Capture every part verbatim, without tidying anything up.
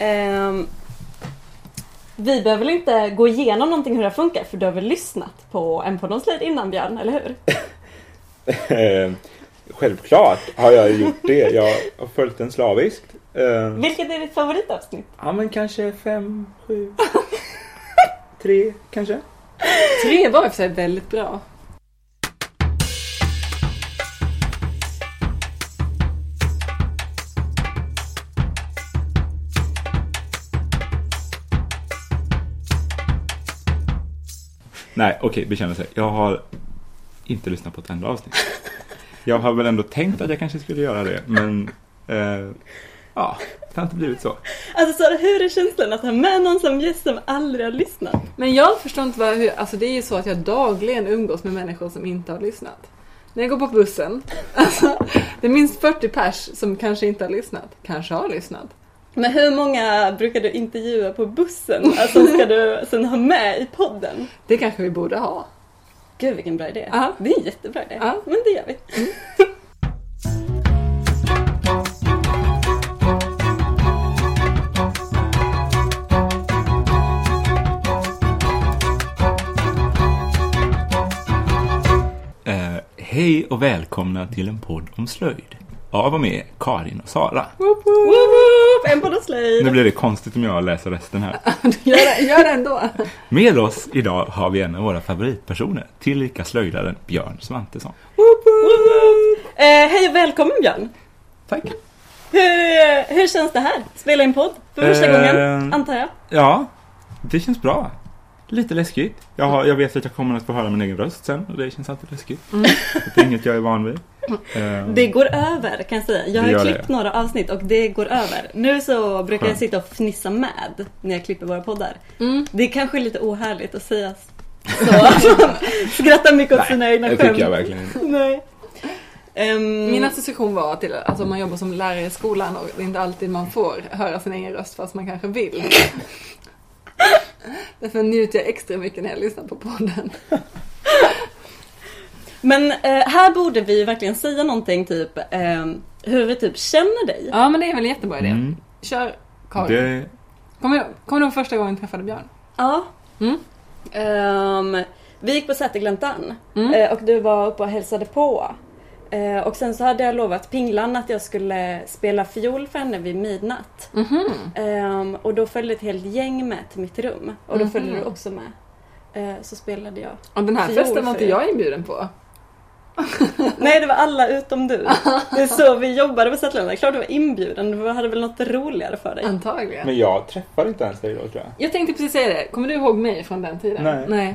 Um, vi behöver väl inte gå igenom någonting hur det funkar, för du har väl lyssnat på en podd om slöjd innan, Björn, eller hur? Självklart har jag gjort det. Jag har följt den slaviskt. Vilket är ditt favoritavsnitt? Ja, men kanske fem, sju, tre kanske. Tre var för sig väldigt bra. Nej, okej, okay, bekänner sig. Jag har inte lyssnat på ett enda avsnitt. Jag har väl ändå tänkt att jag kanske skulle göra det, men eh, ja, det har inte blivit så. Alltså, så hur är känslan att ha med någon som gäst som aldrig har lyssnat? Men jag förstår inte vad, hur, alltså det är ju så att jag dagligen umgås med människor som inte har lyssnat. När jag går på bussen, alltså, det är minst fyrtio pers som kanske inte har lyssnat, kanske har lyssnat. Men hur många brukar du intervjua på bussen? Alltså ska du sen ha med i podden? Det kanske vi borde ha. Gud, vilken bra idé. Uh-huh. Det är en jättebra idé. Uh-huh. Men det gör vi. Mm. uh, hej och välkomna till en podd om slöjd. Av och med Karin och Sara. Woop, woop. Woop, woop. En podd om slöjd. Nu blir det konstigt om jag läser resten här. gör, det, gör det ändå. Med oss idag har vi en av våra favoritpersoner, tillika slöjdaren Björn Svantesson. Woop, woop. Eh, hej och välkommen, Björn. Tack. Hur, hur känns det här? Spela in podd för första eh, gången, antar jag. Ja, det känns bra. Lite läskigt. Jag, har, jag vet att jag kommer att få höra min egen röst sen, och det känns alltid läskigt. Mm. Det är inget jag är van vid. Um, det går över, kan jag säga. Jag har klippt det. några avsnitt och det går över. Nu så brukar jag sitta och fnissa med när jag klipper våra poddar. Mm. Det är kanske lite ohärligt att säga så. Skratta mycket åt sina egna skämt. Det tycker jag verkligen inte. Nej. Um, Min association var till att alltså, man jobbar som lärare i skolan och det är inte alltid man får höra sin egen röst fast man kanske vill. Därför njuter jag extra mycket när jag lyssnar på podden. Men eh, här borde vi verkligen säga någonting typ eh, hur vi typ känner dig. Ja, men det är väl en jättebra idé. Mm. Kör, Karin. Det... Kommer du kommer du första gången träffade Björn? Ja. Mm. Um, vi gick på Sätergläntan mm. eh, och du var uppe och hälsade på. Eh, och sen så hade jag lovat Pinglan att jag skulle spela fiol för henne vid midnatt. Mm-hmm. Um, och då följde ett helt gäng med till mitt rum. Och då följde mm-hmm. du också med. Uh, så spelade jag. Och den här festen var inte jag inbjuden på. Nej, det var alla utom du. Det är så vi jobbade på Sätergläntan. Klart du var inbjuden. Du hade väl något roligare för dig. Antagligen. Men jag träffade inte ens dig då, tror jag. Jag tänkte precis säga det. Kommer du ihåg mig från den tiden? Nej. Nej.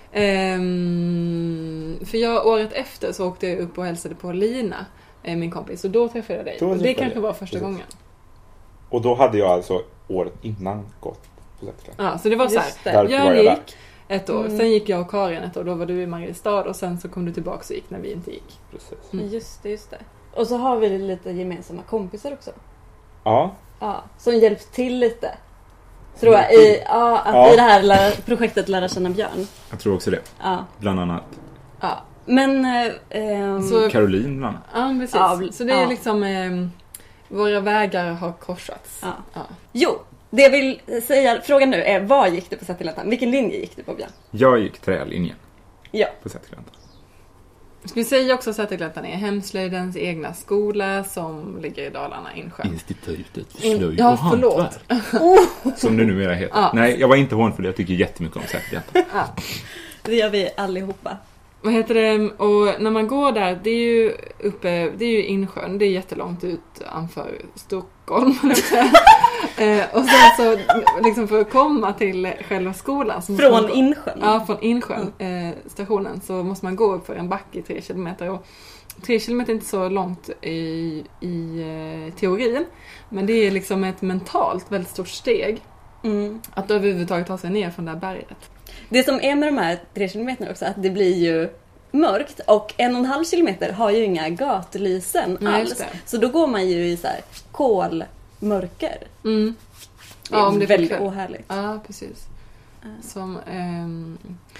Um, för jag året efter så åkte jag upp och hälsade på Lina, min kompis, och då träffade jag dig. Och det kanske var första Precis. gången. Och då hade jag alltså året innan gått på Sätergläntan. Ja, så det var så här. Jag gick ett år, mm. sen gick jag och Karin ett år, då var du i Mariestad och sen så kom du tillbaka och gick när vi inte gick. Precis. Mm. Just det, just det. Och så har vi lite gemensamma kompisar också. Ja. Ja, som hjälpt till lite. Tror jag, i, ja, att ja. i det här lära, projektet Lära känna Björn. Jag tror också det. Ja. Bland annat. Ja. Men ähm, så, Caroline bland annat. Ja, precis. Ja, så det är ja. liksom ähm, våra vägar har korsats. Ja. Ja. Jo, det jag vill säga, frågan nu är, vad gick du på Sätergläntan? Vilken linje gick du på, Björn? Jag gick trälinjen. Ja. På Sätergläntan. Ska vi säga också att Sätergläntan är hemslöjdens egna skola som ligger i Dalarna, Insjön. Institutet för slöjd In, ja, och hantverk. Oh. Som det numera heter. Ja. Nej, jag var inte hånfull. Jag tycker jättemycket om Sätergläntan. Ja. Det gör vi allihopa. Vad heter det? Och när man går där, det är ju uppe, det är ju Insjön, det är jättelångt ut anför Stockholm. eh, och sen så liksom för att komma till själva skolan. Så från man, Insjön? Ja, från Insjön eh, stationen så måste man gå upp för en backe i tre kilometer. Och tre kilometer är inte så långt i, i eh, teorin, men det är liksom ett mentalt väldigt stort steg mm. att överhuvudtaget ta sig ner från det här berget. Det som är med de här tre kilometerna också, att det blir ju mörkt och en och en halv kilometer har ju inga gatlysen Nej, alls. Så då går man ju i så här kolmörker. Mm. Det är ja, om det är väldigt ohärligt. Ja, precis. Som, um,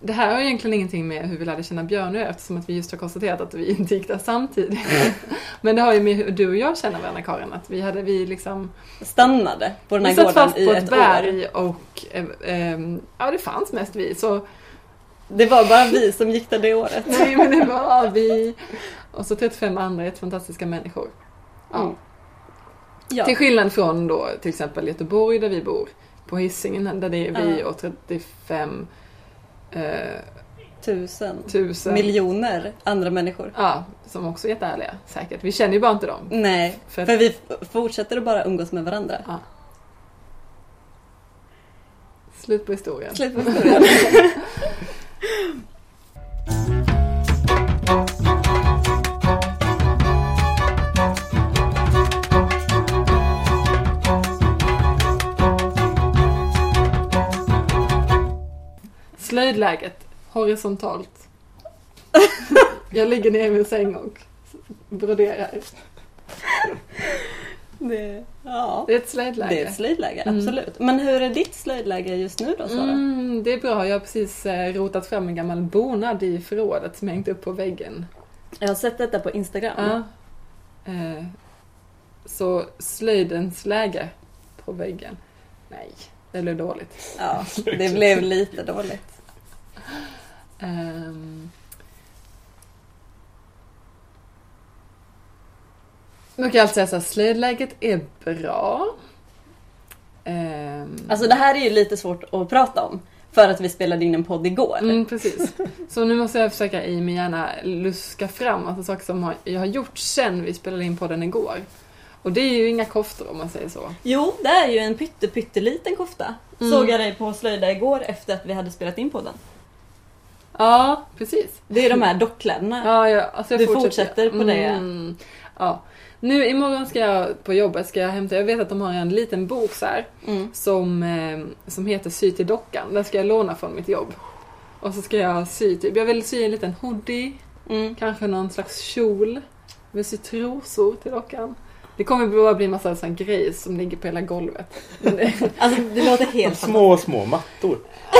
det här har egentligen ingenting med hur vi lärde känna Björn nu, eftersom att vi just har konstaterat att vi inte gick där samtidigt. Men det har ju med hur du och jag känner varandra, Karin, att vi hade vi liksom stannade på den här vi satt gården fast i på ett ett berg år. och eh, eh, ja, det fanns mest vi, så Det var bara vi som gick där det året. nej, men det var vi och så trettiofem andra ett fantastiska människor. Ja. Mm. Ja. Till skillnad från då till exempel Göteborg där vi bor, på Hisingen där det är vi Ja. och trettiofem eh, Tusen. tusen Miljoner andra människor. ja, som också är jätteärliga säkert. Vi känner ju bara inte dem. Nej, För- för, vi f- fortsätter att bara umgås med varandra. Ja. Slut på historien. Slut på historien. Slöjdläget horisontalt. Jag ligger ner i min säng och broderar. Det, ja. Det är ett slöjdläge. Det är ett slöjdläge, Mm. absolut. Men hur är ditt slöjdläge just nu då, Sara? Mm, det är bra. Jag har precis eh, rotat fram en gammal bonad i förrådet som jag hängt upp på väggen. Jag har sett detta på Instagram. Ja. Eh, så slöjdens läge på väggen. Nej, det blev dåligt. Ja, det blev lite dåligt. Um, nu kan jag alltså säga så här, slöjdläget är bra. Um, Alltså det här är ju lite svårt att prata om. För att vi spelade in en podd igår. mm, precis. Så nu måste jag försöka i mig gärna luska fram alltså saker som har, jag har gjort sen vi spelade in podden igår. Och det är ju inga koftor om man säger så. Jo, det är ju en pytte, pytteliten kofta. Mm. Såg jag dig på slöjda igår efter att vi hade spelat in podden. Ja, precis. Det är de här dockkläderna. Ja, ja, alltså jag Du fortsätter, fortsätter på det. Mm, ja. Nu imorgon ska jag på jobbet ska jag hämta, jag vet att de har en liten bok så här, Mm. som, eh, som heter Sy till dockan. Den ska jag låna från mitt jobb. Och så ska jag sy typ, jag vill sy en liten hoodie, Mm. kanske någon slags kjol. Jag vill sy trosor till dockan. Det kommer bara bli en massa sån grejs som ligger på hela golvet. Men det, Alltså det låter helt Små, små mattor.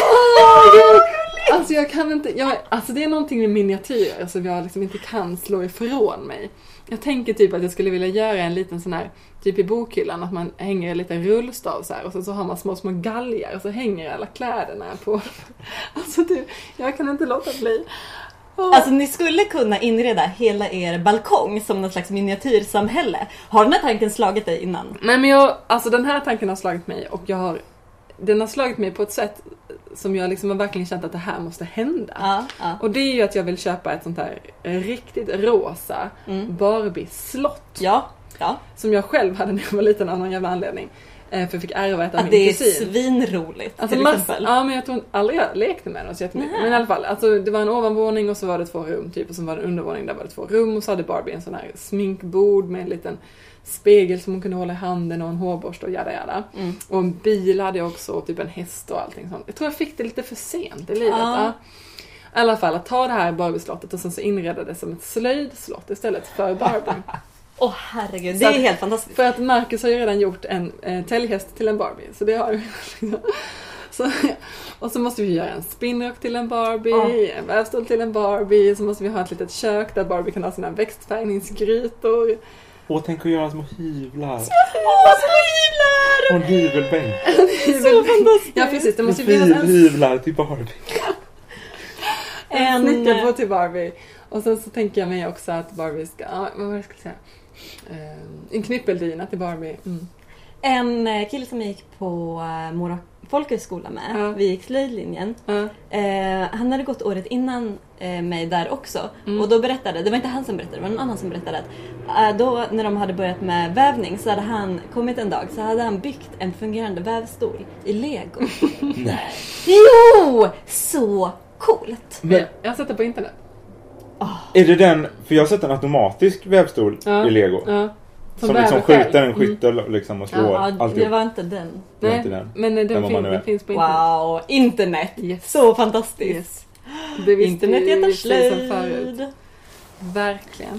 alltså jag kan inte, jag, alltså det är någonting med miniatyrer som jag liksom inte kan slå ifrån mig. Jag tänker typ att jag skulle vilja göra en liten sån här, typ i bokhyllan, att man hänger en liten rullstav så här, och så, så har man små små galgar och så hänger alla kläderna på. Alltså typ, jag kan inte låta bli. Oh. Alltså ni skulle kunna inreda hela er balkong som någon slags miniatyrsamhälle. Har den här tanken slagit dig innan? Nej men jag, alltså den här tanken har slagit mig och jag har, den har slagit mig på ett sätt som jag liksom har verkligen känt att det här måste hända. Ja, ja. Och det är ju att jag vill köpa ett sånt här riktigt rosa Mm. Barbie-slott. Ja, ja. Som jag själv hade när jag var liten av någon jävla anledning. Eh, för jag fick ärva ett av Att min det är kusin. svinroligt Alltså till massa, exempel. ja men jag tror aldrig jag lekte med den så jättemycket. Nähä. Men i alla fall, alltså det var en ovanvåning och så var det två rum typ. Och så var det en undervåning, där var det två rum. Och så hade Barbie en sån här sminkbord med en liten spegel som hon kunde hålla i handen och en hårborste och jada jada. Mm. Och en bil hade jag också, och typ en häst och allting sånt. Jag tror jag fick det lite för sent i livet. Ja. Ja. I alla fall att ta det här Barbie-slottet och sen så inreda det som ett slöjdslott istället för Barbie. Åh oh, herregud, det Så är att- helt fantastiskt. För att Marcus har ju redan gjort en eh, täljhäst till en Barbie. Så det har vi. Så, och så måste vi göra en spinnrock till en Barbie, Ja. en vävstol till en Barbie. Så måste vi ha ett litet kök där Barbie kan ha sina växtfärgningsgrytor. Och tänk att göra små hyvlar. Åh, små hyvlar! Och en hyvelbänk. Så fantastiskt. Ja precis, det måste En ju finnas hyv- en, hyvlar till Barbie. en En- snickerbåt till Barbie. Och sen så tänker jag mig också att Barbie ska, ja, vad var det jag skulle säga? Eh, en knippeldyna till Barbie. Mm. En eh, kille som jag gick på eh, Mora folkhögskola med, Ja. vi gick slöjdlinjen. Ja. Eh, han hade gått året innan eh, mig där också. Mm. Och då berättade, det var inte han som berättade, det var någon annan som berättade att eh, då när de hade börjat med vävning så hade han kommit en dag så hade han byggt en fungerande vävstol i Lego. Nej. Jo! Så coolt! Men Jag har sett det på internet. är det den, för jag har sett en automatisk vävstol Ja. i Lego. Ja. Som, väver liksom själv. skjuter en Mm. skytter liksom och slår Ja, allt det upp. var inte den. Det var Nej, inte den. men den, Den var fin, manuell. den finns på internet. Wow, internet! Yes. Så fantastiskt! Yes. Det visste Internet vi heter ju sedan förut. slöjd. Verkligen.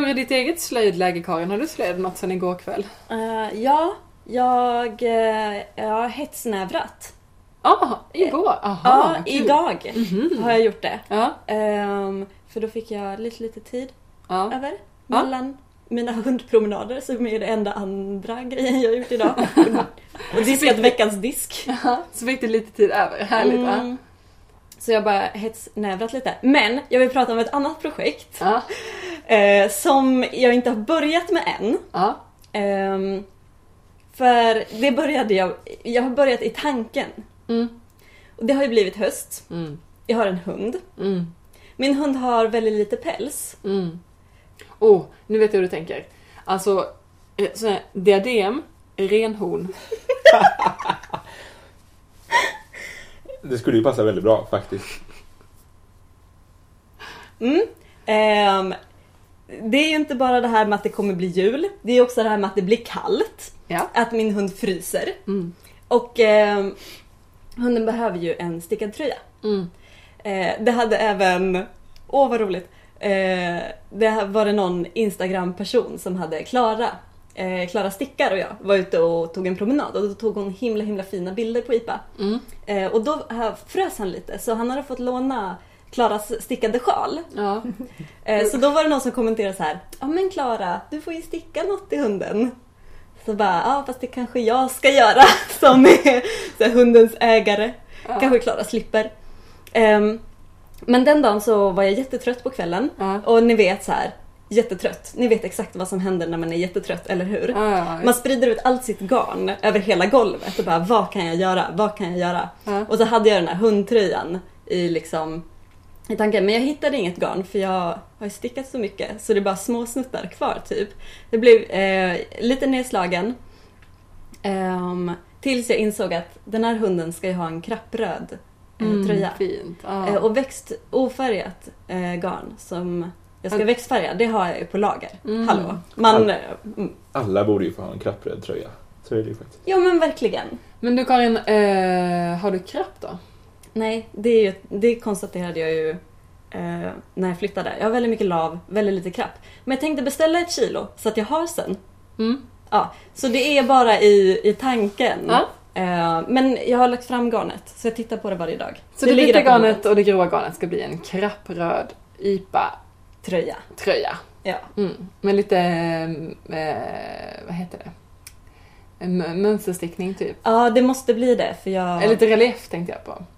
är ditt eget slöjdläge, Karin? Har du slöjd något sen igår kväll? Uh, ja, jag, uh, jag har hetsnävrat. Ja, ah, igår? Aha, ja, kul. idag Mm-hmm. har jag gjort det. Ja. Um, för då fick jag lite, lite tid Ja. över Ja. mellan mina hundpromenader, som är det enda andra grejen jag har gjort idag. Och diskat veckans disk. Ja, så fick du lite tid över. Härligt, va? Mm. Så jag bara hetsnävrat lite. Men jag vill prata om ett annat projekt. Ja. Eh, som jag inte har börjat med än. Ja. Eh, för det började jag... Jag har börjat i tanken. Mm. Och det har ju blivit höst. Mm. Jag har en hund. Mm. Min hund har väldigt lite päls. Mm. Oh, nu vet jag hur du tänker. Alltså, eh, så här, diadem, renhorn. Det skulle ju passa väldigt bra faktiskt. Mm. Eh, det är ju inte bara det här med att det kommer bli jul. Det är också det här med att det blir kallt. Ja. Att min hund fryser. Mm. Och eh, hunden behöver ju en stickad tröja. Mm. Eh, det hade även... Åh, vad roligt. Eh, det var det någon Instagram-person som hade Klara. Eh, Klara Stickar och jag var ute och tog en promenad. Och då tog hon himla himla fina bilder på I P A. Mm. Eh, och då här, frös han lite. Så han hade fått låna Klaras stickade sjal. Ja. Eh, så då var det någon som kommenterade så här: ja men Klara, du får ju sticka något till hunden. Så bara, ja fast det kanske jag ska göra som är så här, hundens ägare. Ja. Kanske Klara slipper. Um, men den dagen så var jag jättetrött på kvällen. Ja. Och ni vet så här, jättetrött. Ni vet exakt vad som händer när man är jättetrött, eller hur? Ja, ja, ja. Man sprider ut allt sitt garn över hela golvet och bara, vad kan jag göra? Vad kan jag göra? Ja. Och så hade jag den här hundtröjan i liksom i tanken, men jag hittade inget garn för jag har ju stickat så mycket så det är bara små snuttar kvar typ. Det blev eh, lite nedslagen eh, tills jag insåg att den här hunden ska ju ha en krappröd eh, Mm, tröja. fint. Ja. Eh, och växt ofärgat eh, garn som jag ska Mm. växtfärga, det har jag ju på lager. Mm. Hallå. Man, All- eh, mm. Alla borde ju få ha en krappröd tröja. Så är det ju faktiskt. Ja men verkligen. Men du Karin, eh, har du krapp då? Nej, det, är ju, det konstaterade jag ju eh, när jag flyttade. Jag har väldigt mycket lav, väldigt lite krapp. Men jag tänkte beställa ett kilo så att jag har sen. Mm. Ja, så det är bara i, i tanken. Ja. Eh, men jag har lagt fram garnet så jag tittar på det varje dag. Så det, ligger vita där på garnet bordet. och det gråa garnet ska bli en krappröd I P A-tröja. Tröja. Ja. Mm. Med lite, eh, vad heter det? En m- mönsterstickning typ. Ja, det måste bli det för jag... Eller lite relief tänkte jag på.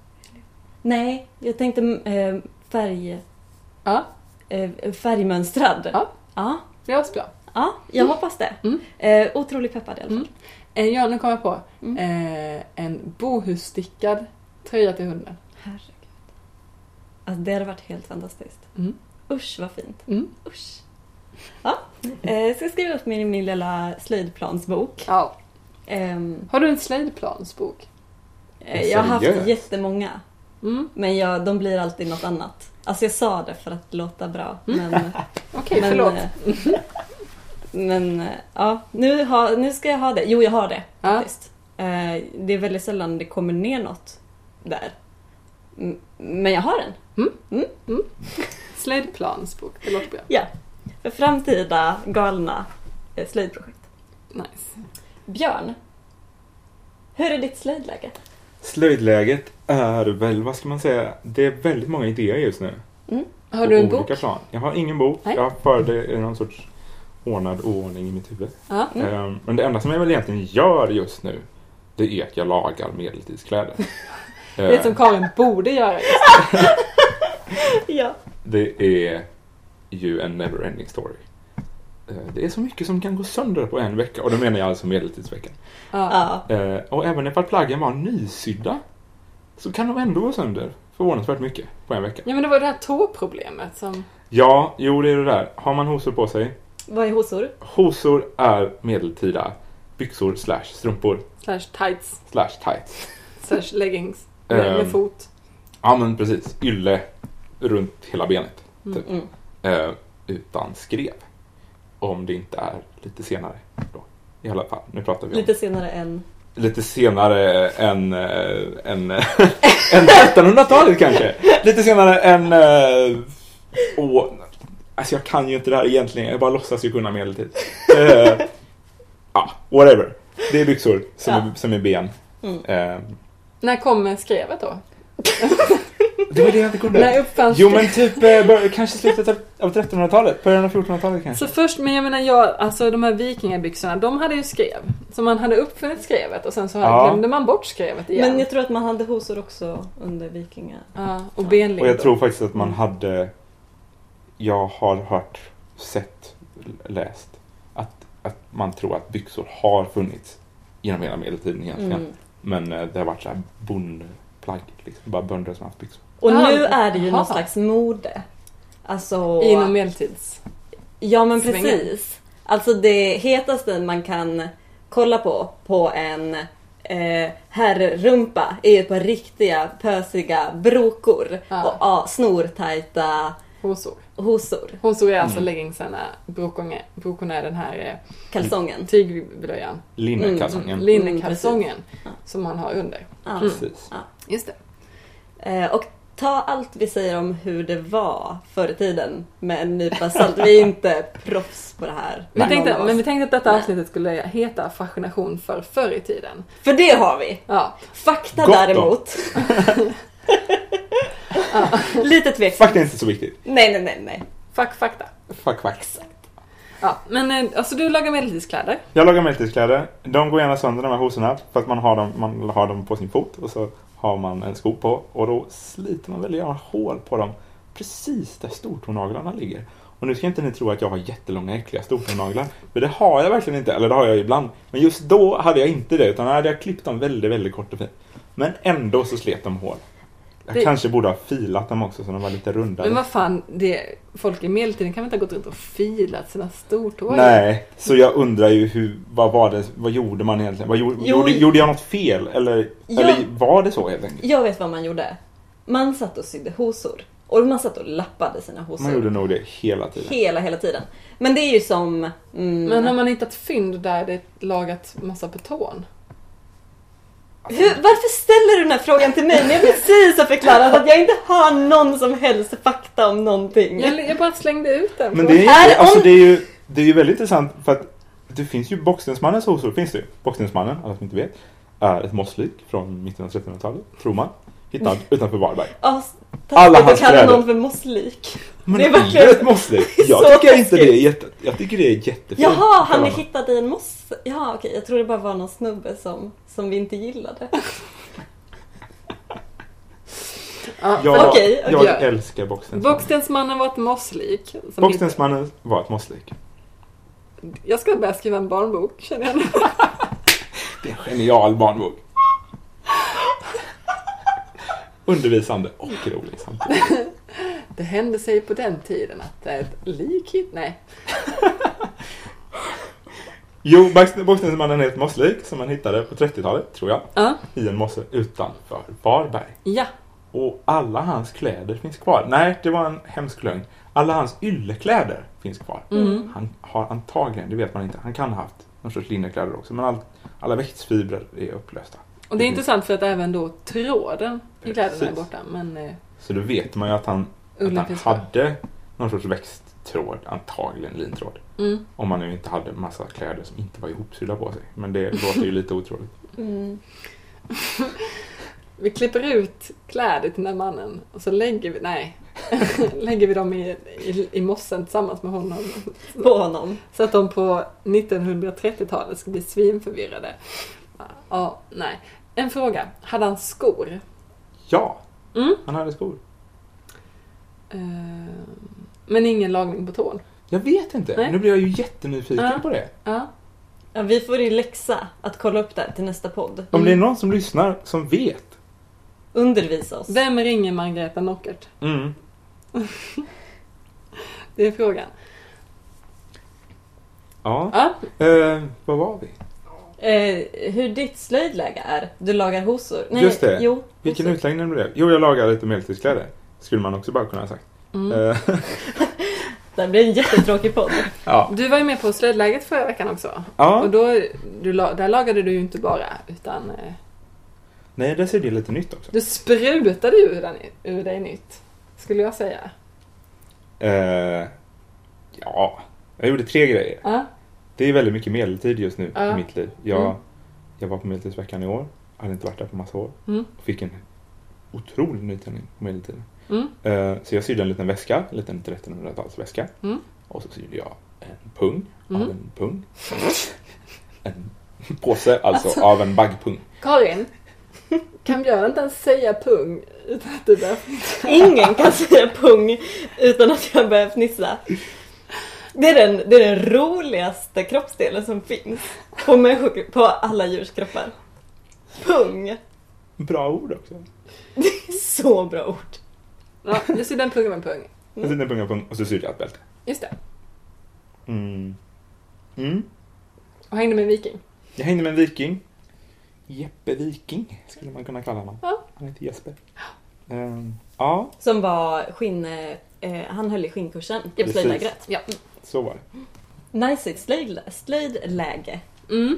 Nej, jag tänkte eh, färg... Ja, Eh, färgmönstrad. Ja. Ja, det var så bra. ja jag hoppas det. Mm. Eh, otroligt peppad i alla fall. Mm. Eh, ja, nu kommer jag på. Mm. Eh, en bohusstickad tröja till hunden. Herregud. Alltså det hade varit helt fantastiskt. Mm. Usch vad fint. Mm. Usch. Ja, eh, jag ska skriva upp min, i min lilla slöjdplansbok. Ja. Ehm, Har du en slöjdplansbok? eh, jag har haft Seriöst? jättemånga. Mm. Men jag, de blir alltid något annat. Alltså jag sa det för att låta bra. Men, Okej, men, förlåt. eh, men eh, ja, nu, har, nu ska jag ha det. Jo, jag har det Ja. faktiskt. Eh, det är väldigt sällan det kommer ner något där. Mm, men jag har den. Slöjdplansbok, det låter bra. Ja, för framtida galna eh, slöjdprojekt. Nice. Björn, hur är ditt slöjdläge? Slöjdläget är väl, vad ska man säga, det är väldigt många idéer just nu. Har du en På bok? olika plan. Jag har ingen bok. Nej. Jag för det i någon sorts ordnad oordning i mitt huvud. Ja. Mm. Ehm, Men det enda som jag väl egentligen gör just nu, det är att jag lagar medeltidskläder. Det är som Karin borde göra. Ja. Det är ju en never-ending story. Eh, Det är så mycket som kan gå sönder på en vecka. Och då menar jag alltså medeltidsveckan. Ja. Ja. Eh, Och även ifall plaggen var nysydda, så kan de ändå gå sönder förvånansvärt mycket på en vecka. Ja, men det var det här tåproblemet som... Ja, jo det är det där. Har man hosor på sig? Vad är hosor? Hosor är medeltida byxor slash strumpor Slash tights, slash tights. slash leggings. Med, Ehm. med fot. Ja men precis, ylle runt hela benet. Typ. Mm. Eh, utan skrev. Om det inte är lite senare då. I alla fall, nu pratar vi om Lite senare än... lite senare än äh, än, än trettonhundratalet kanske. Lite senare än äh, å, Alltså jag kan ju inte det här egentligen. Jag bara låtsas ju kunna medeltid. uh, ja, whatever. Det är byxor som, Ja. är, som är ben. Mm. Uh, När kommer skrevet då? det var det jag inte kunde. När uppfanns Jo men typ eh, bör, kanske slutet av, av trettonhundratalet. Början av fjortonhundratalet kanske. Så först, men jag menar jag, alltså de här vikingabyxorna, de hade ju skrev. Så man hade uppfunnit skrevet och sen så Ja. glömde man bort skrevet igen. Men jag tror att man hade hosor också under vikingar. Ja, och benlindor. Och jag tror faktiskt att man hade... Jag har hört, sett, läst att, att man tror att byxor har funnits genom hela medeltiden egentligen. Mm. Men eh, det har varit så här bondplagg, liksom. Bara bönder som har haft byxor. Och Ah, nu är det ju aha. någon slags mode. Alltså... Inom medeltids. Ja men svängen. precis. Alltså det hetaste man kan kolla på på en eh, herrrumpa är ju ett par riktiga pösiga brokor Ja. och ja, snortajta Hosor. hosor. Hosor är alltså Mm. leggingsarna, brokorna, brokorna är den här eh, Kalsongen. tygblöjan, Linnekalsongen. Mm. linnekalsongen Ja. som man har under. Ja. Precis. Just det. Eh, och ta allt vi säger om hur det var förr i tiden med en nypa salt. Vi är inte proffs på det här. Vi Någon tänkte, av oss. men vi tänkte att detta Nej. avsnittet skulle heta Fascination för förr i tiden. För det har vi. Ja, Fakta Gott då. däremot. Lite tveksamt. Fakta är inte så viktigt. Nej, nej, nej, nej. fuck fakta. Fuck, fuck. Ja, men eh, alltså du lagar medeltidskläder. Jag lagar medeltidskläder. De går gärna sönder, de här hosorna. För att man har dem, man har dem på sin fot. Och så har man en sko på. Och då sliter man väldigt gärna hål på dem. Precis där stortånaglarna ligger. Och nu ska inte ni tro att jag har jättelånga äckliga stortånaglar. För det har jag verkligen inte. Eller det har jag ibland. Men just då hade jag inte det. Utan då hade jag klippt dem väldigt, väldigt kort och fint. Men ändå så slet de hål. Jag Det- kanske borde ha filat dem också så de var lite rundare. Men vad fan, det, folk i medeltiden kan väl inte ha gått runt och filat sina stortår? Nej, så jag undrar ju hur, vad var det, vad gjorde man egentligen? Vad gjorde, Jo. gjorde, gjorde jag något fel? Eller, Ja. eller var det så helt enkelt? Jag vet vad man gjorde. Man satt och sydde hosor. Och man satt och lappade sina hosor. Man gjorde nog det hela tiden. Hela, hela tiden. Men det är ju som... Mm, Men har man hittat fynd där det är lagat massa på tån? hur, varför ställer du den här frågan till mig när jag precis har förklarat att jag inte har någon som helst fakta om någonting? Jag, jag bara slängde ut den. Men på- det är, Här, inte, alltså om- det är ju det är ju väldigt intressant för att det finns ju Bockstensmannens hosor, finns det ju. Bockstensmannen, alla som inte vet, är ett mosslik från mitten av trettonhundratalet, tror man. Hittad utanför Varberg. Ja, Alla taskigt hans att kalla kläder. någon för mosslik. Men Det det är är verkligen- ett mosslik. Jag Så tycker inte det är taskigt. jätte, jag tycker det är jättefint. Jaha, han är Kallar man. hittad i en moss. Ja, okej. Jag tror det bara var någon snubbe som, som vi inte gillade. Ja, Jag, Okej, okej. jag älskar Bockstensmannen. Bockstensmannen var ett mosslik. som Bockstensmannen var ett mosslik. hittade- Jag ska börja skriva en barnbok, känner jag nu. Det är en genial barnbok. Undervisande och rolig samtidigt. Det hände sig på den tiden att ett lik hit... Nej. Jo, Bockstensmannen är ett mosslik som man hittade på trettiotalet, tror jag. Ja. I en mosse utanför Varberg. Ja. Och alla hans kläder finns kvar. Nej, det var en hemsk lögn. Alla hans yllekläder finns kvar. Mm. Han har antagligen, det vet man inte, han kan ha haft någon sorts linnekläder också. Men all, alla växtfibrer är upplösta. Och det är intressant för att även då tråden i kläderna är Precis. borta. Men eh, Så då vet man ju att han, ullen att han finns kvar. hade någon sorts växttråd, antagligen lintråd. Mm. Om man nu inte hade massa kläder som inte var ihopsydda på sig. Men det låter ju lite otroligt. Mm. Vi klipper ut kläder till den här mannen och så lägger vi, nej, lägger vi dem i, i, i mossen tillsammans med honom. På honom. Så att de på nittonhundratrettiotalet ska bli svinförvirrade. Ja, nej. En fråga. Hade han skor? Ja, Mm. han hade skor. Eh, men ingen lagning på tån? Jag vet inte. Nej. Nu blir jag ju jättenyfiken Ja. på det. Ja. Ja, vi får ju läxa att kolla upp det här till nästa podd. Om Mm. det är någon som lyssnar som vet. Undervisa oss. Vem ringer Margareta Nockert? Mm. Det är frågan. Ja. Ja. Eh, vad var vi? Eh, hur ditt slöjdläge är. Du lagar hosor. Nej, Just det. Jo, Vilken hosor. utläggning blev det? Jo, jag lagar lite medeltidskläder. Skulle man också bara kunna ha sagt. Mm. Eh, Det här blir en jättetråkig podd. ja. Du var ju med på slöjdläget förra veckan också. ja. Och då, du, la- där lagade du ju inte bara, utan eh, Nej, det ser det lite nytt också. du sprutade ur, den, ur dig nytt, skulle jag säga. Eh, Ja, jag gjorde tre grejer. Ja. Det är väldigt mycket medeltid just nu Ja. i mitt liv. Jag, Mm. jag var på medeltidsveckan i år. Jag hade inte varit där på massa år. Mm. Och fick en otrolig nytändning på medeltiden. Mm. Uh, så jag sydde en liten väska, en liten trettonhundratals-väska. Mm. Och så sydde jag en pung Mm. av en pung. En påse alltså, alltså av en baggpung. Karin, kan Björn inte ens säga pung utan att du börjar fnissa? Ingen kan säga pung utan att jag börjar fnissa. Det är den, det är den roligaste kroppsdelen som finns på, människor, på alla djurs kroppar. Pung. Bra ord också. Det är så bra ord. Ja, du ser den pungen med en pung. Jag sydde en pung av pung och så sydde jag ett bälte. Just det. Mm. Mm. Och hängde med en viking. Jag hängde med en viking. Jeppe Viking skulle man kunna kalla honom. Ja. Han heter Jesper. Um, ja, Som var skinn... Eh, han höll i skinnkursen på Precis. slöjdlägret. Ja. så var det. Nice slöjd, slöjdläge. Mm.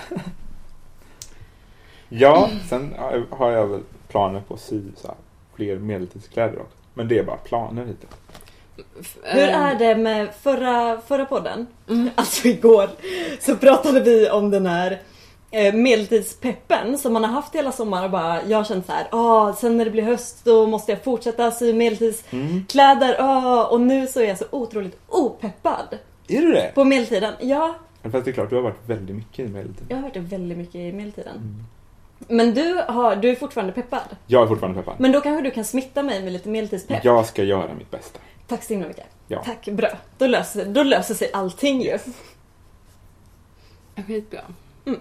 Ja, sen har jag väl planer på att sy så här, fler medeltidskläder också. Men det är bara planer hittills. Hur är det med förra, förra podden? Mm. Alltså igår så pratade vi om den här eh, medeltidspeppen som man har haft hela sommaren och bara, jag känner så här, ah, sen när det blir höst då måste jag fortsätta sy medeltidskläder, ah, och nu så är jag så otroligt opeppad Är du det? på medeltiden. Ja, Fast det är klart, du har varit väldigt mycket i medeltid. jag har hört det väldigt mycket i medeltiden. Mm. Men du, har, du är fortfarande peppad. Jag är fortfarande peppad. Men då kanske du kan smitta mig med lite medeltidspepp. Jag ska göra mitt bästa. Tack så himla mycket. Ja. Tack, bra. Då löser, då löser sig allting ju. Skitbra. Mm.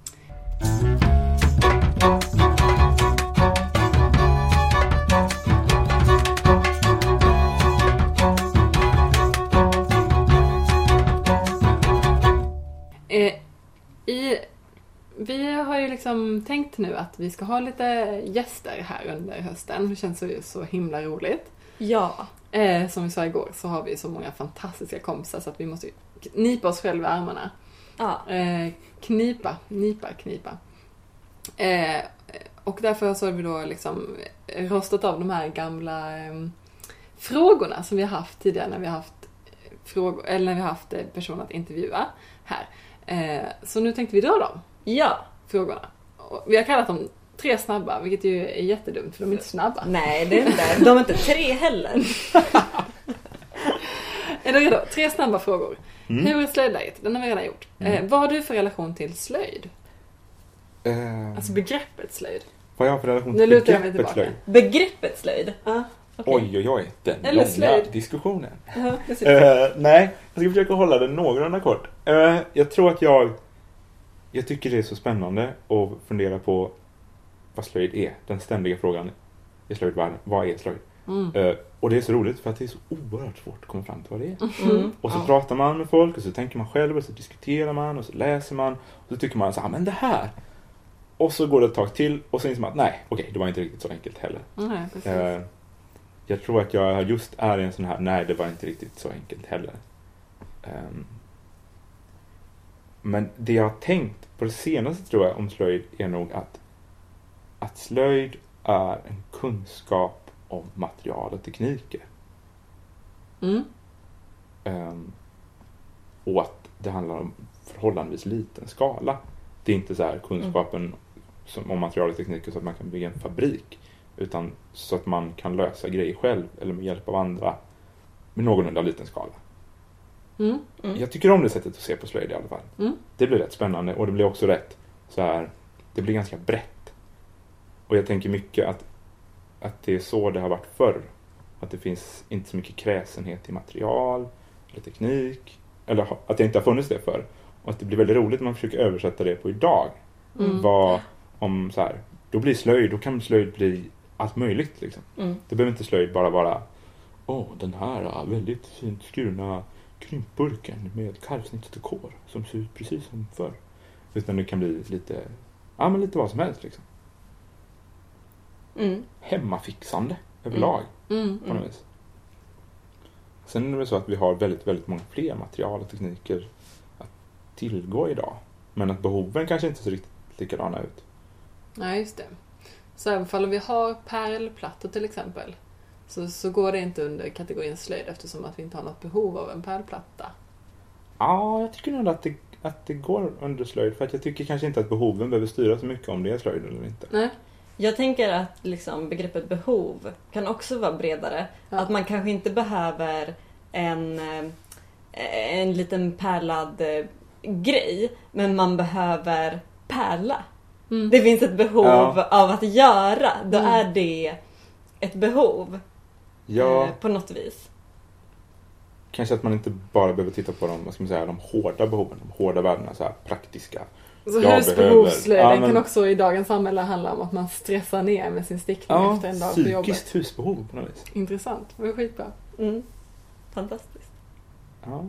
Eh, i, vi har ju liksom tänkt nu att vi ska ha lite gäster här under hösten. Det känns så, så himla roligt. Ja. Eh, som vi sa igår så har vi så många fantastiska kompisar så att vi måste knipa oss själva i armarna. Ja. Eh, knipa, knipa, knipa. Eh, och därför så har vi då liksom rostat av de här gamla eh, frågorna som vi har haft tidigare när vi har haft frågor, eller när vi har haft eh, personer att intervjua här. Eh, så nu tänkte vi dra dem, Ja. frågorna. Och vi har kallat dem tre snabba, vilket ju är jättedumt för de är inte snabba. Nej, det är inte. De är inte tre heller. Är du redo? Tre snabba frågor. Mm. Hur är slöjdläget? Den har vi redan gjort. Mm. Eh, vad har du för relation till slöjd? Uh, Alltså begreppet slöjd. vad jag har för relation Nu till lutar jag mig begreppet tillbaka. slöjd? Begreppet slöjd. Ja. Okej. Oj, oj, oj. Den Eller långa slöjd. diskussionen. Ja, precis. Uh, nej, jag ska försöka hålla den någorlunda kort. Uh, jag tror att jag... Jag tycker det är så spännande att fundera på vad slöjd är. Den ständiga frågan i slöjdvärlden. Vad är slöjd? Mm. Uh, och det är så roligt för att det är så oerhört svårt att komma fram till vad det är. Mm. Och så Ja. pratar man med folk och så tänker man själv och så diskuterar man och så läser man. Och så tycker man så här, men det här. Och så går det ett tag till och så inser man att nej, okej, det var inte riktigt så enkelt heller. Nej, precis. Uh, jag tror att jag just är en sån här, nej det var inte riktigt så enkelt heller. Um, men det jag har tänkt på det senaste tror jag om slöjd är nog att, att slöjd är en kunskap om material och tekniker. Mm. Um, och att det handlar om förhållandevis liten skala. Det är inte så här kunskapen mm. som, om material och tekniker så att man kan bygga en fabrik. Utan så att man kan lösa grejer själv eller med hjälp av andra med någorlunda liten skala. Mm. Mm. Jag tycker om det sättet att se på slöjd i alla fall. Mm. Det blir rätt spännande och det blir också rätt så här, det blir ganska brett. Och jag tänker mycket att, att det är så det har varit förr. Att det finns inte så mycket kräsenhet i material eller teknik. Eller att det inte har funnits det förr. Och att det blir väldigt roligt när man försöker översätta det på idag. Mm. Vad om så här, då blir slöjd, då kan slöjd bli allt möjligt liksom. Mm. Det behöver inte slöjd bara vara åh, den här väldigt fint skurna krympburken med karvsnittsdekor som ser ut precis som förr. Utan det kan bli lite, ja men lite vad som helst liksom. Mm. Hemmafixande överlag Mm. på något vis. Sen är det väl så att vi har väldigt, väldigt många fler material och tekniker att tillgå idag. Men att behoven kanske inte ser riktigt likadana ut. Nej, just det. Så även om vi har pärlplattor till exempel så, så går det inte under kategorin slöjd eftersom att vi inte har något behov av en pärlplatta. Ja, jag tycker nog att det, att det går under slöjd. För att jag tycker kanske inte att behoven behöver styra så mycket om det är slöjd eller inte. Nej. Jag tänker att liksom begreppet behov kan också vara bredare. Ja. Att man kanske inte behöver en, en liten pärlad grej. Men man behöver pärla. Mm. Det finns ett behov Ja. av att göra. Då Mm. är det ett behov. Ja, Eh, på något vis. kanske att man inte bara behöver titta på de, vad ska man säga, de hårda behoven. De hårda värdena, så här praktiska. Så Jag husbehovslöjden behöver- ja, men- kan också i dagens samhälle handla om att man stressar ner med sin stickning Ja, efter en dag på jobbet. psykiskt husbehov på något vis. Intressant, det var skitbra. Mm. Fantastiskt. Ja.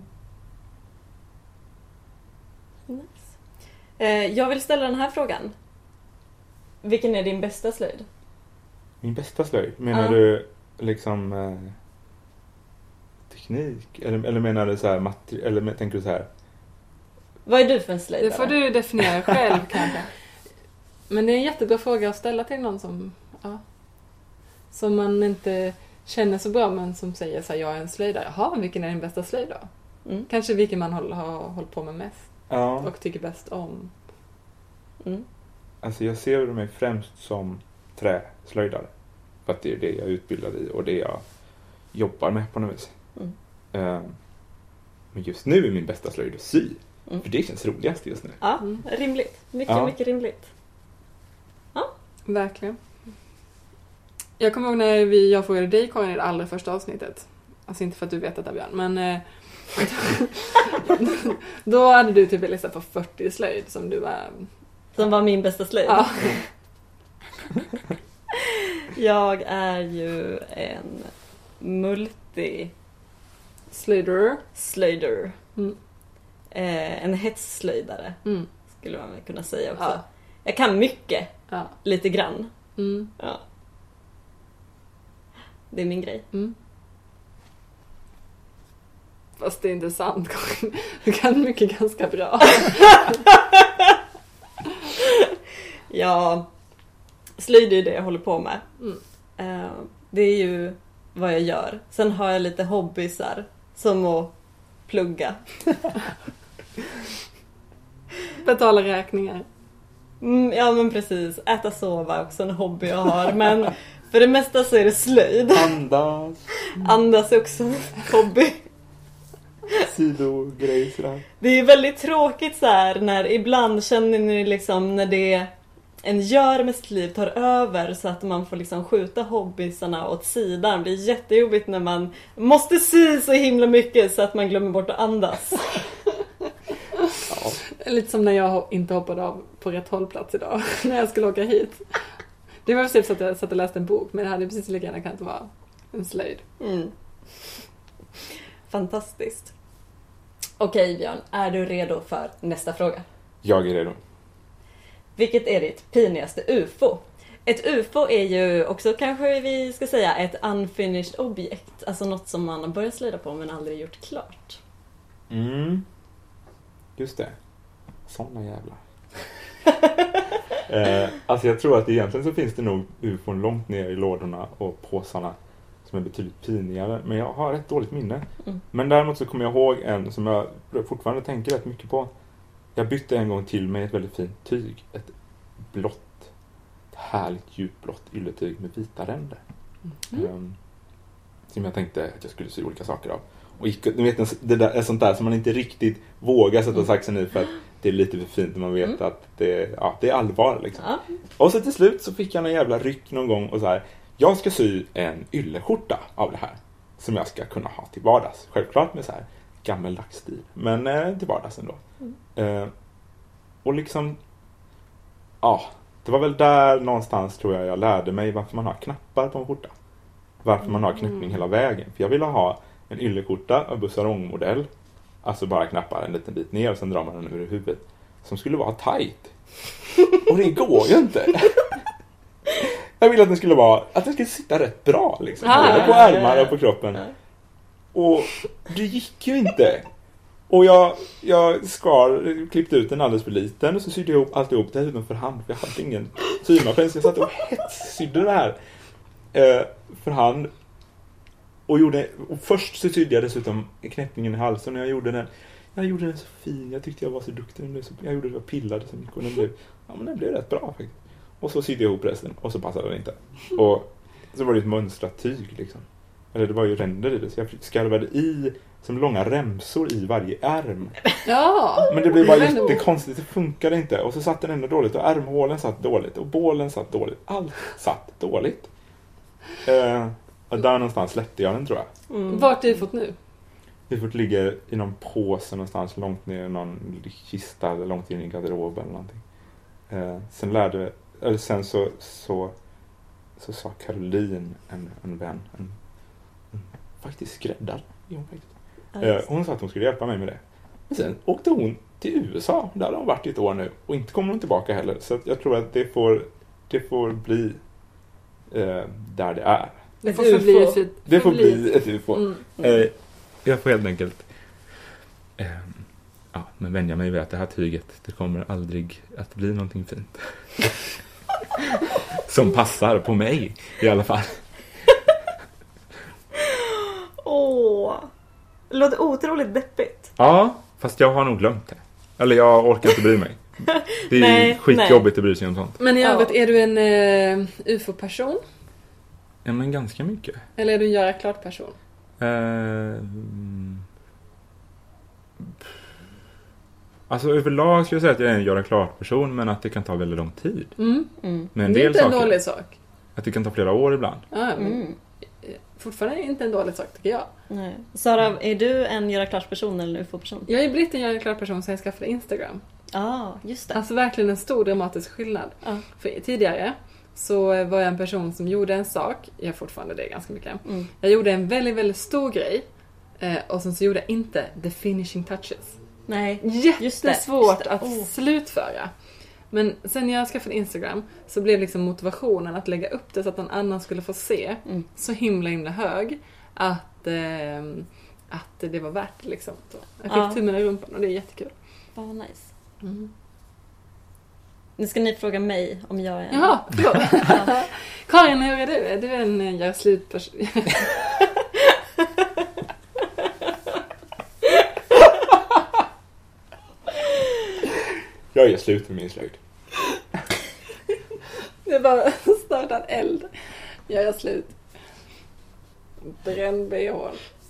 Nice. Eh, jag vill ställa den här frågan. Vilken är din bästa slöjd? Min bästa slöjd? Menar Ja. du liksom eh, teknik? Eller, eller menar du så här materi- eller men- tänker du så här? Vad är du för en slöjdare? Det får du definiera själv kanske. Men det är en jättebra fråga att ställa till någon som, ja, som man inte känner så bra men som säger så här, jag är en slöjdare. Jaha, vilken är din bästa slöjd då? Mm. Kanske vilken man håll, har hållit på med mest Ja, och tycker bäst om. Mm. alltså jag ser mig främst som träslöjdare. För att det är det jag är utbildad i och det jag jobbar med på något vis. Mm. Eh, men just nu är min bästa slöjd att sy. Mm. För det känns roligast just nu. Ja, Mm. rimligt. Mycket, Ja. mycket rimligt. Verkligen. Jag kommer ihåg när vi, jag frågade dig, Karin, i det allra första avsnittet. Alltså inte för att du vet detta, Björn, men eh, då hade du typ en lista på fyrtio slöjd som du var... Som var min bästa slöjd. Ja. Jag är ju en multi Slöjder. slöjder. Mm. Eh, en hetsslöjdare Mm. skulle man väl kunna säga också. Ja. Jag kan mycket, Ja. lite grann. Mm. Ja. Det är min grej. Mm. Fast det är inte sant, Karin. Du kan mycket ganska bra. Ja, slöjd är ju det jag håller på med. Mm. Eh, det är ju vad jag gör. Sen har jag lite hobbysar som att plugga. Betala räkningar. Mm, ja men precis, äta sova är också en hobby jag har. Men för det mesta så är det slöjd. Andas, Andas är också en hobby. sidogrej sådär. Det är väldigt tråkigt så här när ibland känner ni liksom när det en gör med sitt liv tar över så att man får liksom skjuta hobbysarna åt sidan. Det blir jättejobbigt när man måste sy så himla mycket så att man glömmer bort att andas. Ja. Lite som när jag inte hoppade av på rätt hållplats idag. När jag skulle åka hit. Det var precis så att jag satt och läste en bok. Men det hade precis lika gärna kunnat vara en slöjd. Mm. Fantastiskt. Okej Björn, är du redo för nästa fråga? Jag är redo. Vilket är ditt pinigaste U F O? Ett U F O är ju också kanske vi ska säga ett unfinished objekt. Alltså något som man har börjat slida på men aldrig gjort klart. Mm. Just det. Såna jävlar. eh, alltså jag tror att egentligen så finns det nog U F O långt ner i lådorna och påsarna som är betydligt pinigare. Men jag har ett dåligt minne. Mm. Men däremot så kommer jag ihåg en som jag fortfarande tänker rätt mycket på. Jag bytte en gång till med ett väldigt fint tyg. Ett blått, ett härligt djupblått ylletyg med vita ränder. Mm. Um, som jag tänkte att jag skulle sy olika saker av. Och gick, du vet, det där är sånt där som man inte riktigt vågar sätta Mm. saxen i för att det är lite för fint när man vet Mm. att det, ja, det är allvar liksom. Ja. Och så till slut så fick jag en jävla ryck någon gång och så här, jag ska sy en ylleskjorta av det här som jag ska kunna ha till vardags. Självklart med så här gammeldags stil, men eh, till vardags ändå. Mm. Eh, och liksom, ja, det var väl där någonstans tror jag jag lärde mig varför man har knappar på en skjorta. Varför man har knäppning Mm. hela vägen. För jag ville ha en ylleskjorta av bussarongmodell. Alltså bara knappar en liten bit ner och sen drar man den över huvudet. Som skulle vara tight. Och det går ju inte. Jag ville att den skulle vara, att den skulle sitta rätt bra liksom. Ah, Både på ja, ja, ärmar ja. och på kroppen. Ja. Och det gick ju inte. Och jag, jag skar, klippte ut den alldeles för liten och så sydde jag ihop alltihop dessutom för hand. För jag hade ingen symaskin så jag satt och hetssydde det här eh, för hand. Och, gjorde, och först så sydde jag dessutom knäppningen i halsen när jag gjorde den. Jag gjorde den så fin. Jag tyckte jag var så duktig. Jag gjorde det och pillade så mycket och den blev, ja, men den blev rätt bra faktiskt. Och så sydde jag ihop resten och så passade den inte. Och så var det ett mönstrat tyg liksom. Eller det var ju ränder i det. Så jag skarvade i som långa remsor i varje ärm. Ja. Men det blev bara jättekonstigt. Det funkade inte. Och så satt den ändå dåligt. Och ärmhålen satt dåligt. Och bålen satt dåligt. Allt satt dåligt. Eh, och där någonstans släppte jag den tror jag. Mm. Vart har du fått nu? Ufot ligger i någon påse någonstans långt ner i någon kista eller långt in i garderoben eller någonting. Eh, sen lärde eller sen så så så sa Caroline, en en vän, en, en faktiskt skräddare. Jo, faktiskt. Eh, hon sa att hon skulle hjälpa mig med det. Men sen åkte hon till U S A, där har hon varit i ett år nu och inte kommer hon tillbaka heller. Så att jag tror att det får det får bli eh, där det är. Det får förbli ett U F O. Det får bli ett U F O. Mm. Mm. Eh, jag får helt enkelt eh, ja, men vänja mig vid att det här tyget, det kommer aldrig att bli någonting fint. Som passar på mig i alla fall. Åh, det låter otroligt deppigt. Ja, fast jag har nog glömt det. Eller jag orkar inte bry mig. Det är nej, skitjobbigt nej. Att bry sig om sånt. Men i övrigt, ja. Är du en uh, U F O-person? Ja, men ganska mycket. Eller är du en göra klart-person? Uh, alltså överlag skulle jag säga att jag är en göra klart-person, men att det kan ta väldigt lång tid. Mm. Mm. Men en det är del inte saker, en dålig sak. Att det kan ta flera år ibland. Ja, men mm. fortfarande inte en dålig sak tycker jag. Nej. Sara, är du en göra klart-person eller en U F O-person? Jag är blivit en göra klart-person sen jag skaffade Instagram. Ja, ah, just det. Alltså verkligen en stor dramatisk skillnad. Ah. För tidigare så var jag en person som gjorde en sak. Jag är fortfarande det ganska mycket. Mm. Jag gjorde en väldigt, väldigt stor grej. Eh, och sen så gjorde jag inte the finishing touches. Nej, jättesvårt just det, just det. att Oh. slutföra. Men sen jag skaffade Instagram så blev liksom motivationen att lägga upp det så att någon annan skulle få se mm. så himla himla hög att, eh, att det var värt liksom. Så jag fick ja. tummen i rumpan och det är jättekul. Ja, oh, nice. Mm. Nu ska ni fråga mig om jag är en... Jaha, förlåt. Ja. Karin, hur är du? Är du en gör slut-person? Jag gör slut med min slöjd. Det är bara starta en eld. Jag gör slut. Bränn B H.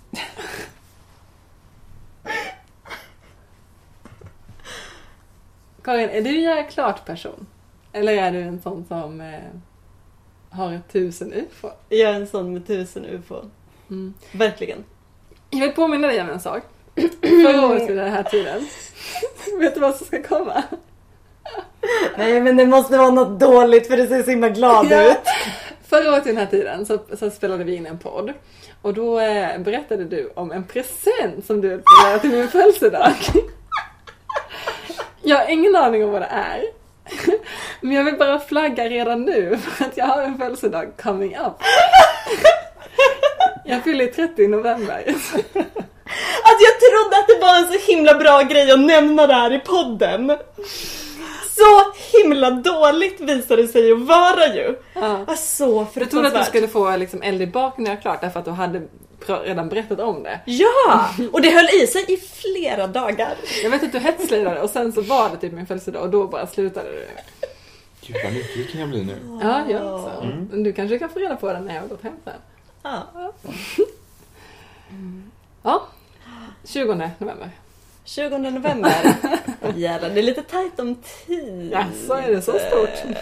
Karin, är du en göra klart person? Eller är du en sån som eh, har ett tusen U F O? Jag är en sån med tusen U F O. Mm. Verkligen. Jag vill påminna dig om en sak. Förra året vid den här tiden. Vet du vad som ska komma? Nej, men det måste vara något dåligt för det ser så himla glad ja. ut. Förra året vid den här tiden så, så spelade vi in en podd. Och då eh, berättade du om en present som du höll på att göra till min födelsedag. Jag har ingen aning om vad det är. Men jag vill bara flagga redan nu för att jag har en födelsedag coming up. Jag fyller trettionde november. Alltså jag trodde att det var en så himla bra grej att nämna det här i podden. Så himla dåligt visade det sig att vara ju. Ja. Alltså, du trodde att du skulle få liksom eld i bak när jag klart därför att du hade redan berättat om det. Ja, och det höll i sig i flera dagar. Jag vet att du hetslidade och sen så var det typ min födelsedag och då bara slutade du. Gud vad nyfiken jag blir nu. Ja, jag också. Mm. Du kanske kan få reda på det när jag har gått hem sen. Ja. Ja. tjugonde november. tjugonde november. Jävlar, det är lite tajt om tid. Ja, så är det så stort.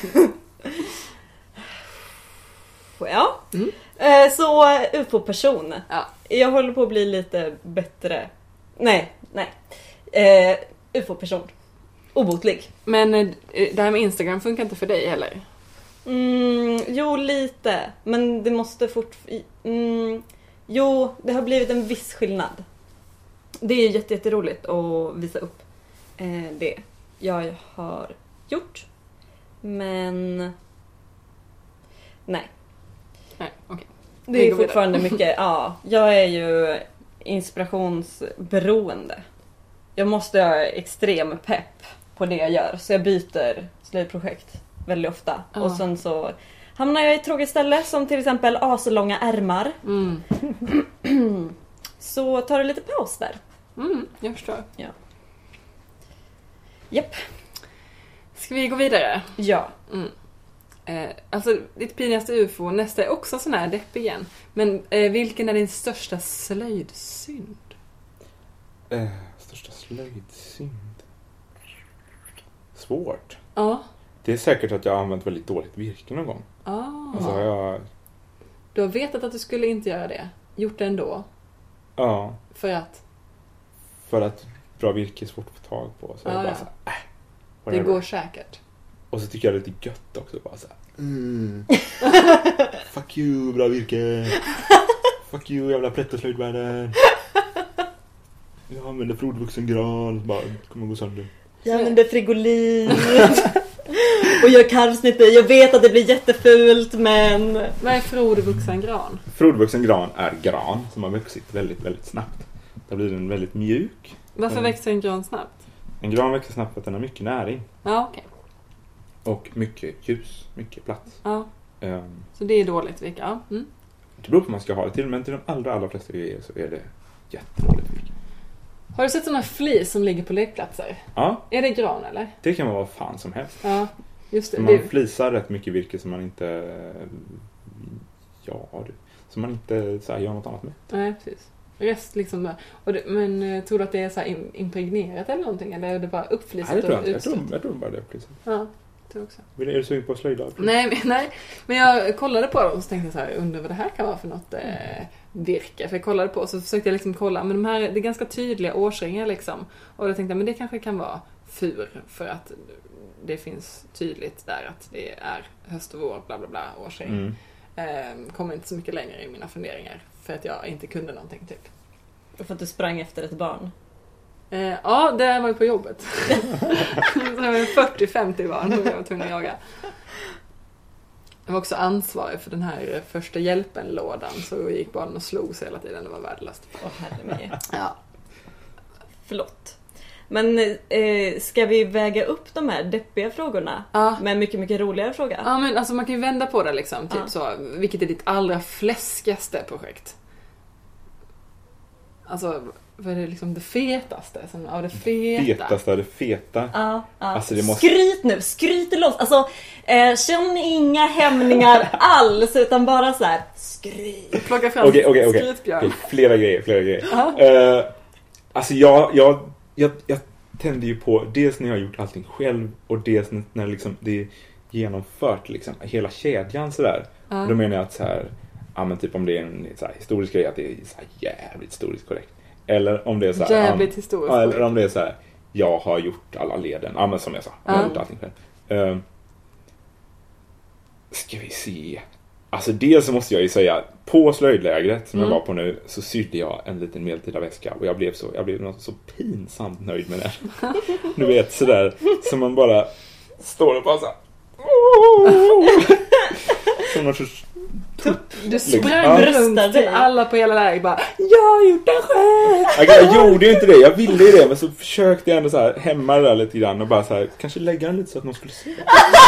Ja. Mm. Så U F O-person. Ja. Jag håller på att bli lite bättre. Nej, nej. Uh, U F O-person. Obotlig. Men det här med Instagram funkar inte för dig heller? Mm, jo, lite. Men det måste fort... Mm, jo, det har blivit en viss skillnad. Det är jätte, jätteroligt att visa upp eh, det jag har gjort. Men... Nej. Nej, okej. Okay. Det är fortfarande mycket... Ja, jag är ju inspirationsberoende. Jag måste ha extrem pepp på det jag gör. Så jag byter slöjdprojekt väldigt ofta. Ja. Och sen så Hamnar jag i ett tråkigt ställe, som till exempel aslånga ärmar, Mm. så tar det lite paus där. Mm, jag förstår. Ja. Japp. Ska vi gå vidare? Ja. Mm. Eh, alltså, ditt pinigaste U F O, nästa är också sån här depp igen. Men eh, vilken är din största slöjdsynd? Eh, största slöjdsynd. Svårt. Ja. Det är säkert att jag har använt väldigt dåligt virke någon gång. Ah. Alltså har jag... Du har vetat att du skulle inte göra det. Gjort det ändå. Ja, För att för att bra virke är svårt att få tag på. Så Ja, jag bara ja. så här, äh, det whatever. går säkert. Och så tycker jag det är lite gött också. Bara så här, mm. Fuck you, bra virke. Fuck you, jävla prettoslöjdvärlden. Jag använder flodvuxen gran. Bara, det kommer gå sönder. Jag använder frigolin. Och gör karvsnitt i. Jag vet att det blir jättefult, men... Vad är flodvuxen gran? Flodvuxen gran är gran som har vuxit väldigt, väldigt snabbt. Då blir den väldigt mjuk. Varför Mm. växer en gran snabbt? En gran växer snabbt för att den har mycket näring. Ja, okej. Och mycket ljus, mycket plats. Ja, Um, så det är dåligt virke. Ja. Mm. det beror på vad man ska ha det till, men till de allra, allra flesta grejer så är det jättedåligt virke. Har du sett sådana flis som ligger på lekplatser? Ja, Är det gran eller? det kan vara vad fan som helst. Ja, just det. Man det flisar rätt mycket virke som man inte... Ja, du. Som man inte så här, gör något annat med. Nej, precis. Rest liksom där. Och det, men eh, tror du att det är så här in, impregnerat eller någonting? Eller är det bara uppflisat Nej, det tror jag och inte. Jag tror, utstött? jag tror bara det är precis. Ja, det också. Vill- Är du sugen på att slöjda? Nej, men, nej, men jag kollade på dem och så tänkte jag så här, undrar vad det här kan vara för något eh, virke. För jag kollade på och så försökte jag liksom kolla, men de här, det är ganska tydliga årsringar liksom. Och då tänkte jag, men det kanske kan vara fur för att det finns tydligt där att det är höst och vår, bla bla bla, årsring. Mm. Eh, kommer inte så mycket längre i mina funderingar för att jag inte kunde någonting typ. Och för att du sprang efter ett barn. Eh, ja, det var ju på jobbet. Så det var fyrtio femtio barn som jag var tvungen att jaga. Jag var också ansvarig för den här första hjälpen-lådan, så jag gick barnen och slog sig hela tiden. Det var värdelöst. Åh, herre mig. Ja. Förlåt. Men eh, ska vi väga upp de här deppiga frågorna Ja. med en mycket, mycket roligare fråga? Ja, men alltså man kan ju vända på det liksom. Typ Ja. så, vilket är ditt allra fläskigaste projekt? Alltså, vad är det liksom det fetaste? Som, av det feta. Fetaste av det feta. Ja, ja. Alltså, det måste- Skryt nu, skryt loss. Alltså, eh, känn inga hämningar alls, utan bara så här, skryt. Plocka fram Okej, okej, okej. skrytbjörn. Okej, flera grejer, flera grejer. Ja. Eh, alltså jag, jag, jag, jag tänder ju på dels när jag har gjort allting själv och dels när liksom det är genomfört liksom, hela kedjan sådär. Ja. Och då menar jag att så här, ja men typ om det är en så här, historisk grej att det är så här jävligt historiskt korrekt. Eller om det är så här, Jävligt ja, historiskt ja, eller korrekt. om det är så här, jag har gjort alla leden. Ja men som jag sa, jag har Ja. gjort allting själv. Eh, ska vi se. Alltså dels så måste jag ju säga, på slöjdlägret som Mm. jag var på nu så sydde jag en liten medeltida väska och jag blev så, jag blev något så pinsamt nöjd med den. Du vet sådär, som man bara står och bara så här, som någon sorts Du sprang Ja. runt Bröstar till dig. alla på hela läget bara, jag har gjort det själv! Jag, jag gjorde ju inte det, jag ville ju det, men så försökte jag ändå så här hämma det där lite grann och bara så här, kanske lägga den lite så att någon skulle se.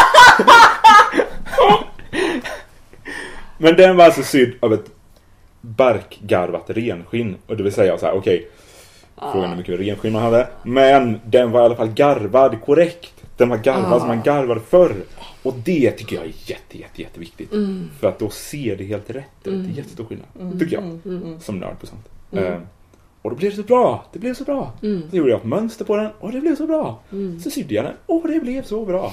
Men den var alltså sydd av ett barkgarvat renskinn, och det vill säga så här, okej, frågan är hur mycket renskinn man hade, men den var i alla fall garvad korrekt. Den var garvad Ah. som man garvade förr. Och det tycker jag är jätte, jätte, jätteviktigt. Mm. För att då ser det helt rätt ut. Mm. Det är jättestor skillnad, tycker jag. Mm. Som nörd på sånt. Mm. Eh, och då blev det så bra. Det blev så bra. Mm. Så gjorde jag ett mönster på den och det blev så bra. Mm. Så sydde jag den och det blev så bra.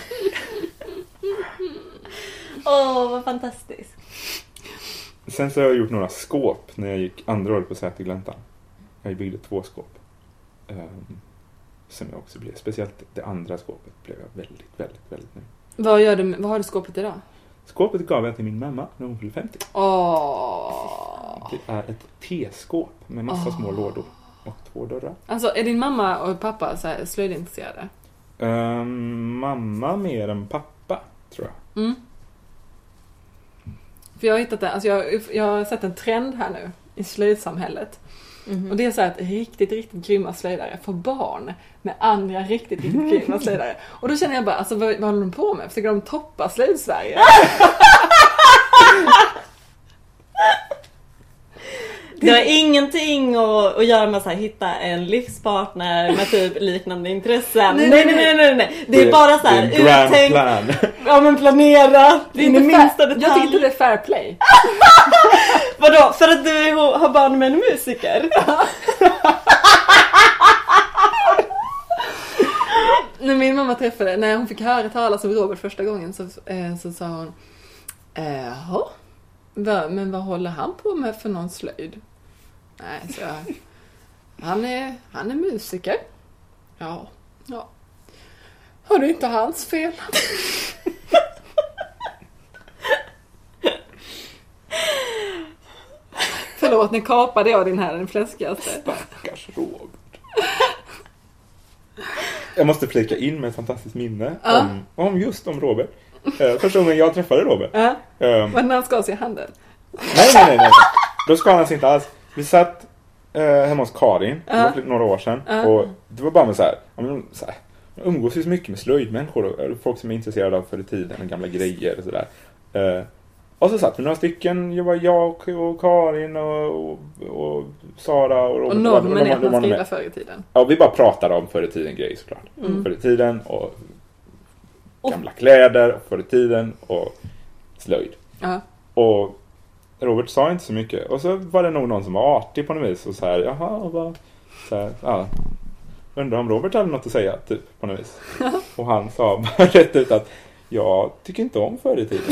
Åh, vad fantastiskt. Sen så har jag gjort några skåp när jag gick andra året på Sätergläntan. Jag byggde två skåp. Um, som jag också blev. Speciellt det andra skåpet blev jag väldigt, väldigt, väldigt nöjd. Vad, gör du, med- vad har du skåpet idag? Skåpet gav jag till min mamma när hon fyllde femtio. Åh. Det är ett teskåp med massa Åh. små lådor och två dörrar. Alltså, är din mamma och pappa så här slöjdintresserade? Um, mamma mer än pappa, tror jag. Mm. För jag har hittat det, alltså jag, jag har sett en trend här nu i slöjdsamhället. Mm. Och det är så här att riktigt, riktigt grymma slöjdare får barn med andra riktigt, riktigt grymma slöjdare. Och då känner jag bara, alltså vad, vad håller de på med? Försöker de toppa slöjd-Sverige? Det har ingenting att, att göra med att hitta en livspartner med typ liknande intressen. Nej, nej, nej, nej, nej. Det är det, bara så här uttänkt. Plan. Ja, men planera. Det är inte minsta detalj. Jag tycker inte det är fair play. Vadå? För att du har barn med en musiker? När min mamma träffade, när hon fick höra talas om Robert första gången så, eh, så sa hon, jaha, men vad håller han på med för någon slöjd? Nej, så jag, han är, han är musiker. Ja, ja. Har det inte hans fel? Förlåt, nu kapade jag din här, den fläskigaste. Stackars Robert. Jag måste flika in med ett fantastiskt minne ja. om, om just om Robert. Uh, första gången jag träffade Robert. Ja. Um, Men när han skar sig i handen? Nej, nej, nej, nej. Då skar han sig inte alls. Vi satt uh, hemma hos Karin uh. för några år sedan. Uh. Och det var bara med så här, så här man umgås ju så mycket med slöjdmänniskor och folk som är intresserade av förr i tiden och gamla grejer och sådär. Uh, och så satt vi några stycken, jag var jag och Karin och, och, och Sara och Robert. Och normen är att man skriver förr i tiden. Ja, vi bara pratade om förr i tiden grejer såklart. Mm. Förr i tiden och gamla oh. kläder förr i tiden och slöjd. Uh. Och Robert sa inte så mycket. Och så var det nog någon som var artig på något vis. Och så här, jaha, vad... Så här, ja. Undrar om Robert hade något att säga, typ, på något vis. Och han sa bara rätt ut att jag tycker inte om förr i tiden.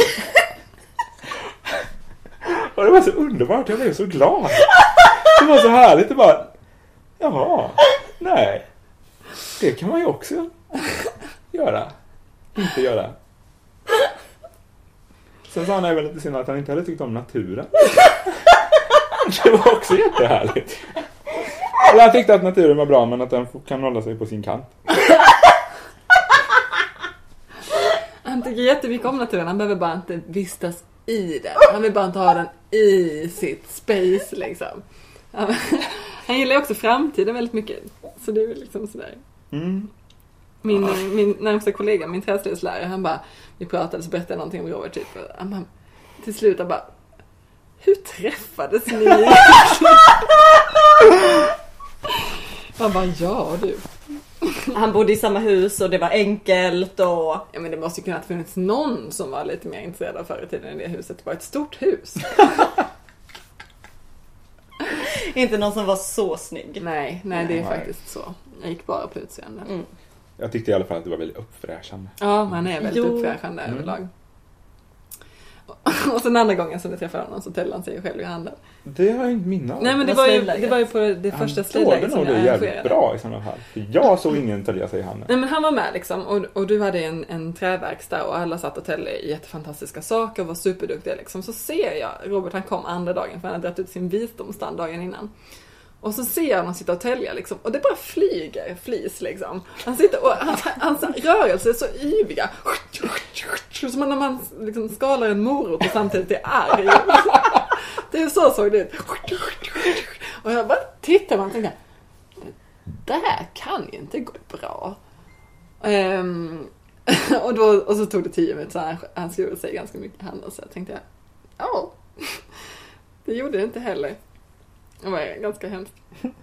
Och det var så underbart, jag blev så glad. Det var så härligt, det bara... Jaha, nej. Det kan man ju också göra. Inte göra. Sen sa han även lite synd att han inte hade tyckt om naturen. Det var också jättehärligt. Eller han tyckte att naturen var bra, men att den kan hålla sig på sin kant. Han tycker jättemycket om naturen. Han behöver bara inte vistas i den. Han vill bara inte ha den i sitt space, liksom. Han gillar också framtiden väldigt mycket. Så det är väl liksom sådär. Mm. Min, ah. min närmsta kollega, min träslöjdslärare, han bara, vi pratade så berättade jag någonting om Robert typ. Han bara, till slut han bara, hur träffades ni? Han bara, ja du. Han bodde i samma hus och det var enkelt och... Ja, men det måste ju kunna ha funnits någon som var lite mer intresserad av förr i tiden i det huset. Det var ett stort hus. Inte någon som var så snygg. Nej, nej det är nej. faktiskt så. Jag gick bara på utseende. Mm. Jag tyckte i alla fall att det var väldigt uppfräschande. Ja, man är väldigt jo. uppfräschande mm. överlag. Och sen andra gången som vi träffade honom så tällde han sig själv i handen. Det har jag inte minna av. Nej, men det var, ju, det var ju på det första slöjdläget som jag arrangerade. Det är jävligt bra i sådana här. För jag såg ingen tälja sig i handen. Nej, men han var med liksom. Och, och du hade en, en träverkstad och alla satt och tällde jättefantastiska saker och var superduktiga liksom. Så ser jag, Robert han kom andra dagen för han hade dragit ut sin visdomstand dagen innan. Och så ser jag honom sitta och tälja liksom. Och det bara flyger flis liksom. Han sitter och hans, hans rörelser är så yviga. Som när man liksom skalar en morot och samtidigt är arg. Det är så såg det ut. Och jag bara tittar man och tänker, det här kan ju inte gå bra. Um, och, då, och så tog det tio minuter så han, han skrev sig ganska mycket i handen. Så jag tänkte, ja, oh, det gjorde det inte heller. Det var ganska hemskt.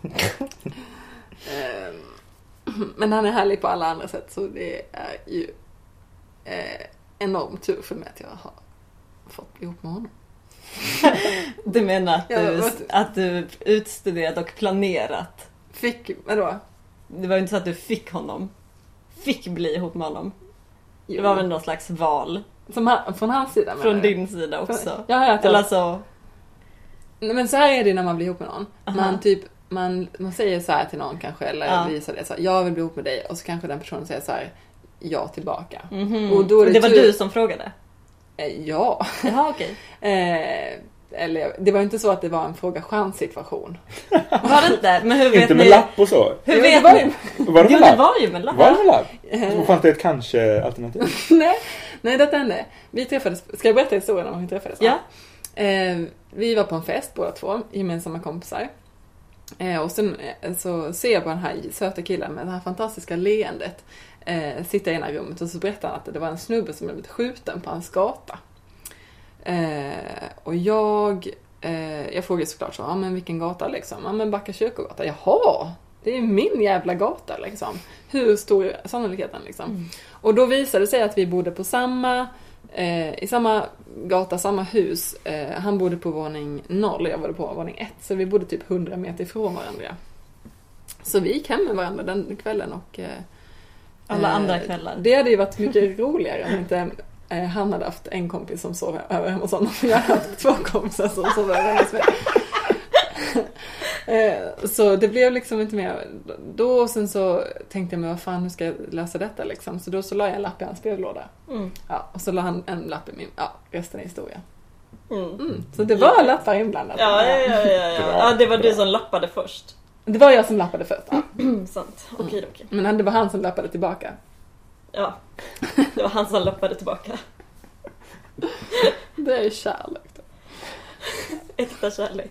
um, men han är härlig på alla andra sätt. Så det är ju eh, enormt tur för mig att jag har fått bli ihop med honom. Du menar att, ja, du, att du utstuderat och planerat? Fick, vadå? Det var ju inte så att du fick honom. Fick bli ihop med honom. Jo. Det var väl någon slags val. Som han, från hans sida? Från din sida också. Jag har hört Eller så... Men så här är det när man blir ihop med någon. Uh-huh. Man typ man, man säger så här till någon kanske eller uh. visar det så här, jag vill bli ihop med dig och så kanske den personen säger så här, ja tillbaka. Mm-hmm. Och då är det, det var tur... du som frågade. Eh, ja. Jaha, okej. Okay. eh, eller det var inte så att det var en fråga chanssituation. Var det inte? Men hur vet inte ni? Med lapp och så. Hur vet var ni? Det, var det med jo, lapp? Det var ju med lapp. Var det med lapp? Så fanns det ett kanske alternativ. nej, nej det hände. Vi träffades. Ska jag berätta historien om hur vi träffades? Ja. Eh, vi var på en fest båda två, gemensamma kompisar. Eh, och sen eh, så ser jag på den här söta killen med det här fantastiska leendet eh, sitta i ena rummet och så berättar han att det var en snubbe som blivit skjuten på hans gata. Eh, och jag eh, jag frågar såklart så, ja men vilken gata liksom? Ja men Backa kyrkogata. Jaha, det är min jävla gata liksom. Hur stor är sannolikheten liksom? Mm. Och då visade det sig att vi bodde på samma eh, i samma gata, samma hus. Eh, han bodde på våning noll, jag bodde på våning ett. Så vi bodde typ hundra meter ifrån varandra. Så vi gick hem med varandra den kvällen och eh, alla andra kvällar. Det hade ju varit mycket roligare om inte eh, han hade haft en kompis som sov över hemma hos honom. Jag hade haft två kompisar som sov över hemma hos mig. eh, så det blev liksom inte mer. Då och sen så tänkte jag mig, vad fan, hur ska jag lösa detta liksom? Så då så la jag en lapp i hans brevlåda. Mm. Ja, och så la han en lapp i min, ja, resten är historia. Mm. Mm. Så det var lappar inblandat. Ja, ja, ja, ja, ja. ja det var du som lappade först. Det var jag som lappade först. Ja. Sant. Okej, okej. Men det var han som lappade tillbaka. Ja. Det var han som lappade tillbaka. Det är ju kärlek då. Äkta kärlek.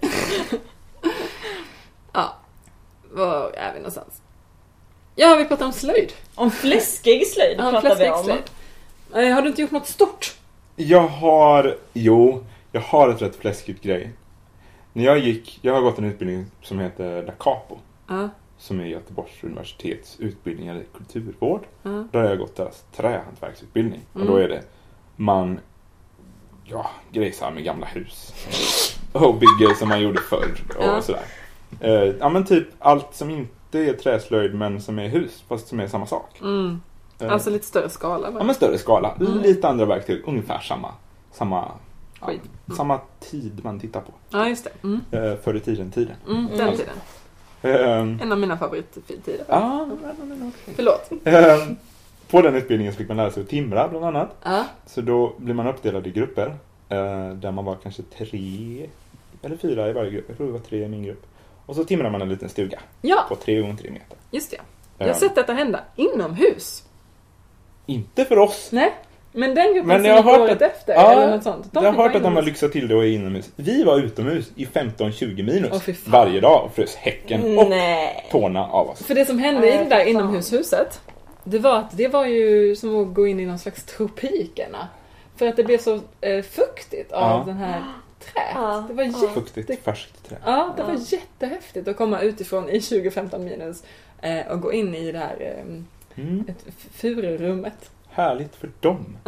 Ja. Var är vi någonstans? Ja, vi pratar om slöjd. Om fläskig slöjd ja, pratar fläskig vi om. Slöjd. Har du inte gjort något stort? Jag har, jo, jag har ett rätt fläskigt grej. När jag gick, jag har gått en utbildning som heter Da Capo. Uh. Som är Göteborgs universitets utbildning i kulturvård. Uh. Där har jag gått deras trähantverksutbildning. Mm. Och då är det, man, ja, grejsar med gamla hus. Och bygger som man gjorde förr och uh. sådär. Uh, ja men typ allt som inte är träslöjd men som är hus, fast som är samma sak. Mm. Uh. Alltså lite större skala. Va? Ja men större skala. Mm. Lite andra verktyg, ungefär samma. Samma... Ja, mm. Samma tid man tittar på. Ja, just det. Mm. Uh, förr i tiden, tiden. Mm, den alltså. Tiden. Um, en av mina favorittider. Ja, förlåt. Um, på den utbildningen så fick man lära sig att timra bland annat. Uh. Så då blir man uppdelad i grupper. Uh, där man var kanske tre eller fyra i varje grupp. Jag tror det var tre i min grupp. Och så timrar man en liten stuga. Ja. På tre gånger tre meter. Just det. Jag har um, sett detta hända inomhus. Inte för oss. Nej. Men den gruppen men som gick året efter ja, eller något sånt. Jag har hört att de har lyxat till det och är inomhus. Vi var utomhus i femton till tjugo minus oh, varje dag och frös häcken och Nej. tårna av oss. För det som hände i det där inomhushuset, det var att det var ju som att gå in i någon slags tropikerna. För att det blev så eh, fuktigt av ja. Den här träet. Ja. Det var jätte... Fuktigt, färskt trä. Ja, det var ja. Jättehäftigt att komma utifrån i tjugo till femton minus eh, och gå in i det här eh, mm. ett fururummet. Härligt för dem.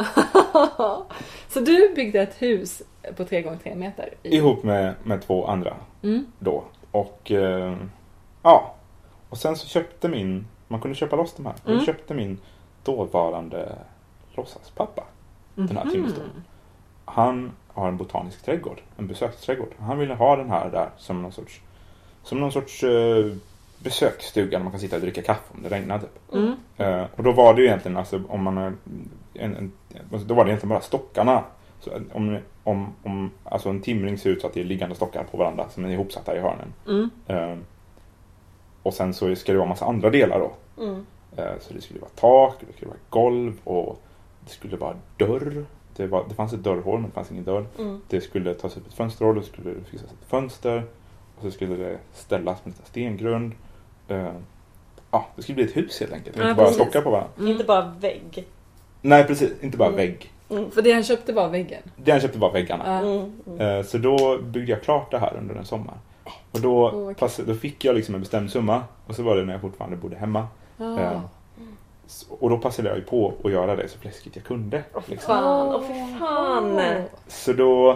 Så du byggde ett hus på tre gånger tre meter? I... Ihop med, med två andra mm. då. Och eh, ja. Och sen så köpte min, man kunde köpa loss de här. Mm. Jag köpte min dåvarande låtsaspappa mm. den här timmerstolen. Han har en botanisk trädgård, en besöksträdgård. Han ville ha den här där som någon sorts, som någon sorts eh, besöksstuga där man kan sitta och dricka kaffe om det regnar typ. Mm. Uh, och då var det ju egentligen alltså, om man en, en, då var det egentligen bara stockarna. Så om, om, om alltså en timring ser ut så att det är liggande stockar på varandra som är ihopsatta i hörnen. Mm. Uh, och sen så ska det vara massa andra delar då. Mm. Uh, så det skulle vara tak, det skulle vara golv och det skulle vara dörr. Det, var, det fanns ett dörrhål men det fanns ingen dörr. Mm. Det skulle tas upp ett fönsterhål och skulle det fixas ett fönster. Och så skulle det ställas med en stengrund. Uh, ja, det skulle bli ett hus helt enkelt. Ja, inte bara precis. stockar på varandra. Mm. Inte bara vägg. Nej, precis. Inte bara mm. vägg. Mm. För det han köpte var väggen. Det han köpte var väggarna. Mm. Mm. Uh, så då byggde jag klart det här under en sommar. Och då, oh, okay. pass, då fick jag liksom en bestämd summa. Och så var det när jag fortfarande bodde hemma. Ah. Uh, så, och då passade jag ju på att göra det så fläskigt jag kunde. Åh oh, liksom. fan, åh oh, för fan. Så då...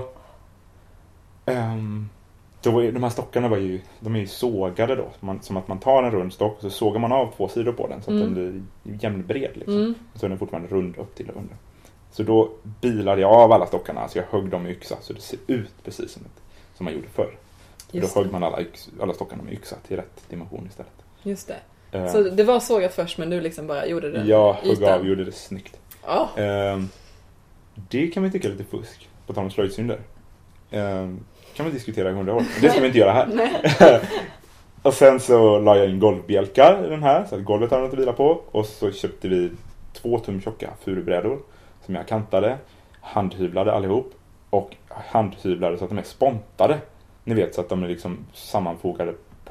Um, Då var, de här stockarna var ju, de är ju sågade då. Man, som att man tar en rund stock och så sågar man av två sidor på den så att mm. den blir jämnbred liksom. Mm. Och så är den fortfarande rund upp till och under. Så då bilade jag av alla stockarna, så jag högg dem med yxa så det ser ut precis som, ett, som man gjorde förr. Då högg man alla, yx, alla stockarna med yxa till rätt dimension istället. Just det. Uh, så det var sågat först men du liksom bara gjorde det? Jag högg av och gjorde det snyggt. Oh. Uh, det kan man tycka är lite fusk på tal om slöjdsynder. Uh, kan man diskutera i hundra år. Det ska vi inte göra här. Och sen så la jag in golvbjälkar i den här så att golvet har något att vila på. Och så köpte vi två tum tjocka furubrädor som jag kantade, handhyvlade allihop och handhyvlade så att de är spontade. Ni vet, så att de är liksom sammanfogade på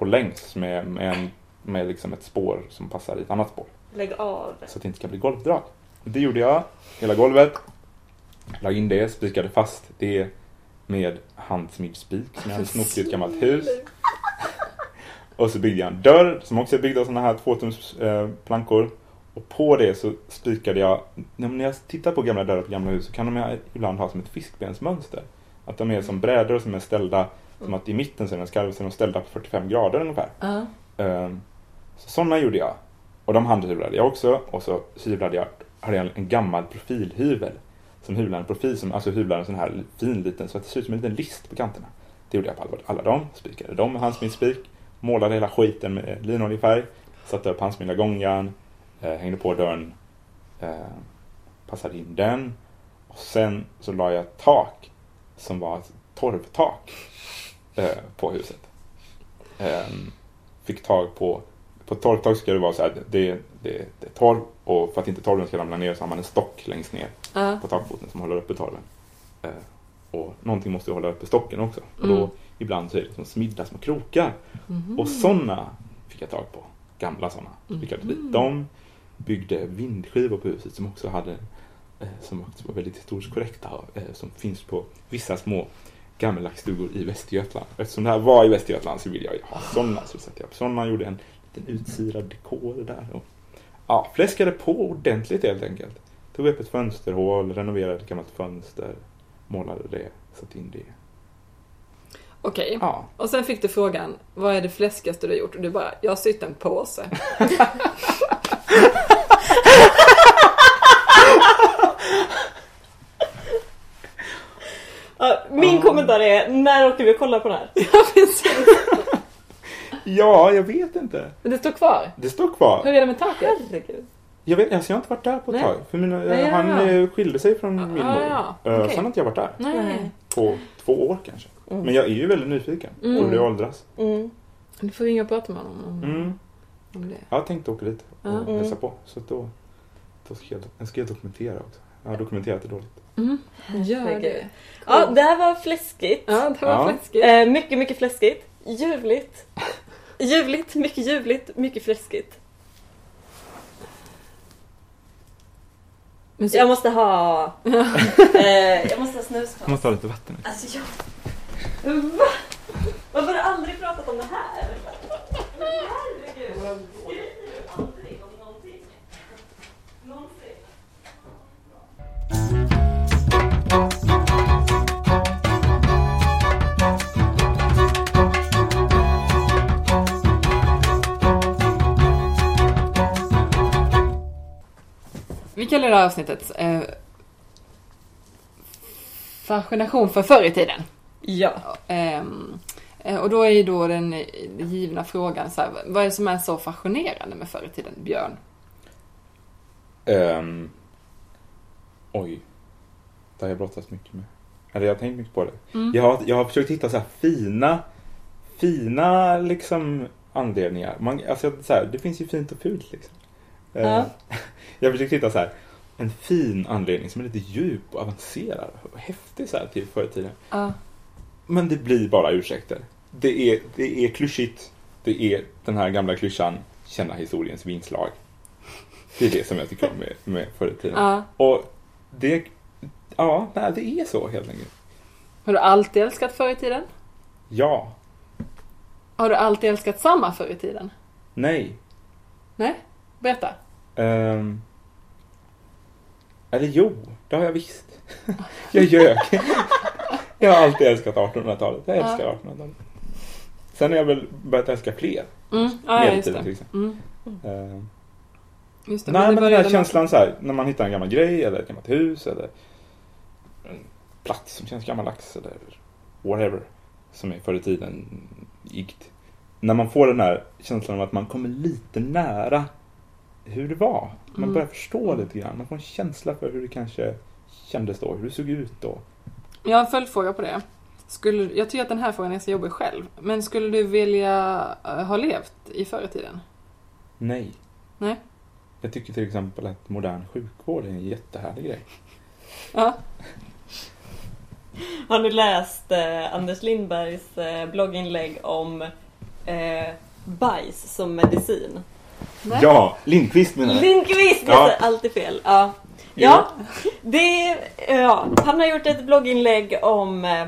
på längs med, med, en, med liksom ett spår som passar i ett annat spår. Lägg av. Så att det inte ska bli golvdrag. Det gjorde jag, hela golvet. La in det, spikade fast det med handsmidspik som jag hade snott i ett gammalt hus. Och så byggde jag en dörr som också är byggd av sådana här tvåtums eh, plankor. Och på det så spikade jag, när jag tittar på gamla dörrar på gamla hus så kan de ibland ha som ett fiskbensmönster. Att de är som brädor som är ställda, som att i mitten så är de skarv, så är de ställda på fyrtiofem grader ungefär. Uh. Um, så sådana gjorde jag. Och de handhyvlade jag också. Och så hyvlade jag, hade jag en gammal profilhyvel. Som hyvlade en profil, som, alltså hyvlade en sån här fin liten, så att det ser ut som en liten list på kanterna. Det gjorde jag på alla, alla dem, spikade dem med handsmidspik. Målade hela skiten med linoljefärg. Satte upp handsmidda gångjärn. Eh, hängde på dörren. Eh, passade in den. Och sen så la jag ett tak som var ett torvtak eh, på huset. Eh, fick tag på på torvtak ska det vara så här, det, det, det är torv, och för att inte torven ska ramla ner så har man en stock längst ner uh. på takfoten som håller uppe torven. Eh, och någonting måste hålla uppe stocken också. Och då mm. ibland så är det som smidda små krokar. Mm. Och sådana fick jag tag på. Gamla sådana. Fick jag dit Mm. dem. Byggde vindskivor på huset som också hade eh, som också var väldigt historiskt korrekta eh, som finns på vissa små gammeldagsstugor i Västergötland. Eftersom det här var i Västergötland så vill jag ha sådana, så satte jag på sådana, gjorde en liten utsirad dekor där. Och, ja, fläskade på ordentligt helt enkelt. Tog upp ett fönsterhål, renoverade ett gammalt fönster, målade det, satte in det. Okej, Ja. Och sen fick du frågan, vad är det fläskigaste du har gjort? Och du bara, jag har sytt en påse. Ja, min Ah. kommentar är, när åker vi och kollar på det här? Ja, precis. Ja, jag vet inte. Men det står kvar. Det står kvar. Hur är det med taket? Herregud. Jag vet, alltså jag har inte varit där på ett Nej. tag. För mina, Nej, ja, han ja. eh, skilde sig från Ja, min ja, mor. ja. Eh, Okej. Sen har inte jag varit där. Nej. På två år kanske. Mm. Men jag är ju väldigt nyfiken på Mm. hur det åldras. Mm. Du får ringa och prata med honom om, Mm. om det. Jag har tänkt åka dit och Ja. hälsa på. Så då, då ska, jag, jag ska jag dokumentera också. Jag har dokumenterat det dåligt. Mm. Gör Herregud. det. Ja, det här var fläskigt. Ja, det var Ja. fläskigt. Eh, mycket, mycket fläskigt. Ljuvligt. Ljuvligt, mycket ljuvligt, mycket fläskigt. Musik. Jag måste ha... eh, jag måste ha snus Jag på. måste ha lite vatten. Alltså jag... Va? Varför har du aldrig pratat om det här? Men herregud. Skriver du aldrig om någonting? Någonsin. Vi kallar det här avsnittet eh, fascination för förr i tiden. Ja. Ehm, eh, och då är ju då den eh, givna frågan så här, vad är det som är så fascinerande med förr i tiden, Björn? Um, oj. Det har jag brottats mycket med. Eller jag har tänkt mycket på det. Mm. Jag, har, jag har försökt hitta så här fina, fina liksom anledningar. Man, alltså, så här, det finns ju fint och fult liksom. Eh, Ja. Jag har försökt hitta så här en fin anledning som är lite djup och avancerad och häftig så här till förr i tiden. Ja. Men det blir bara ursäkter. Det är, det är klyschigt. Det är den här gamla klyschan, känna historiens vinslag. Det är det som jag tycker om med, med förr i tiden. Ja. Och det, ja, nej, det är så helt enkelt. Har du alltid älskat förr i tiden? Ja, Har du alltid älskat samma förr i tiden? nej. Nej? Berätta. Um, eller jo, det har jag visst. Jag ljög. Jag har alltid älskat artonhundratalet. Jag älskar Ja. artonhundratalet. Sen har jag väl börjat älska fler. Mm. Ja, ja, just Medeltiden, till det. exempel. Mm. Uh, Just det. nej, men den började här med- känslan så här, när man hittar en gammal grej eller ett gammalt hus eller en plats som känns gammaldags eller whatever som är förr i tiden igt. När man får den här känslan av att man kommer lite nära hur det var. Man Mm. börjar förstå lite grann. Man får en känsla för hur det kanske kändes då. Hur det såg ut då. Jag har en följdfråga på det. Skulle, jag tycker att den här frågan är så jobbig själv. Men skulle du vilja eh, ha levt i förr i tiden? Nej. Nej? Jag tycker till exempel att modern sjukvård är en jättehärlig grej. Ja. Har du läst eh, Anders Lindbergs eh, blogginlägg om eh, bajs som medicin. Nej. Ja, Lindqvist menar jag. Lindqvist, jag Ja. säger alltid fel. Ja. Ja, det, ja, han har gjort ett blogginlägg om eh,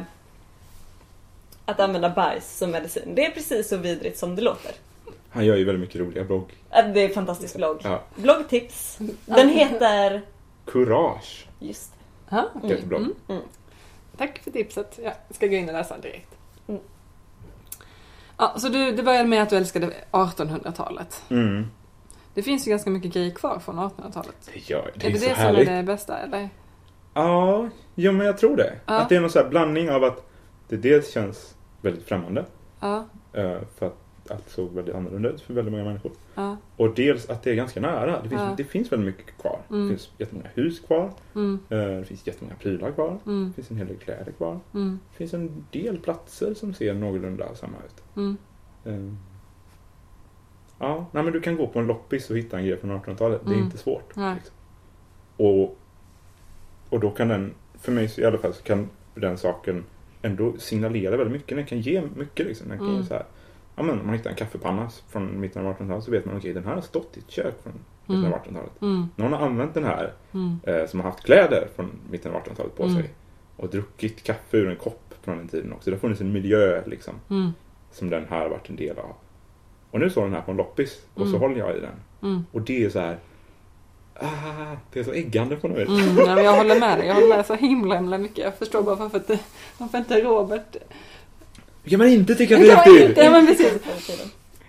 att använda bajs som medicin. Det är precis så vidrigt som det låter. Han gör ju väldigt mycket roliga blogg. Äh, Det är en fantastisk blogg. Ja. Bloggtips. Den heter... Courage. Just det. Ja. Heter blogg. Mm. Mm. Tack för tipset. Jag ska gå in och läsa direkt. Mm. Ja, så du, det började med att du älskade artonhundratalet. Mm. Det finns ju ganska mycket grejer kvar från artonhundratalet. Det gör det. Är är det så det som härligt. är det bästa, eller? Ja, ja, men jag tror det. Ja. Att det är någon så här blandning av att det dels känns väldigt främmande. Ja, eh, För att allt såg väldigt annorlunda ut för väldigt många människor. ja, Och dels att det är ganska nära. Det finns, Ja. det finns väldigt mycket kvar. Mm. Det finns jättemånga hus kvar. mm, eh, Det finns jättemånga prylar kvar. mm, Det finns en hel del kläder kvar. mm, Det finns en del platser som ser någorlunda samma ut. mm. Eh, Ja, nej, men du kan gå på en loppis och hitta en grej från artonhundratalet. Det är Mm. inte svårt. Nej. Liksom. Och, och då kan den, för mig så i alla fall, så kan den saken ändå signalera väldigt mycket. Den kan ge mycket liksom. Den kan Mm. ge så här, ja, men om man hittar en kaffepanna från mitten av artonhundratalet så vet man okej, den här har stått i ett kök från mitten Mm. av artonhundratalet. Mm. Någon har använt den här Mm. eh, som har haft kläder från mitten av artonhundratalet på Mm. sig och druckit kaffe ur en kopp från den tiden också. Det har funnits en miljö liksom Mm. som den här har varit en del av. Och nu står den här på en loppis och så Mm. håller jag i den. Mm. Och det är så här, ah, det är så äggande på något vis. Mm, ja, men jag håller med dig. Jag håller med dig så himla, himla mycket. Jag förstår bara varför inte, varför inte Robert... Det kan man inte tycka Det kan man det inte. Ja, men precis. Förr i tiden.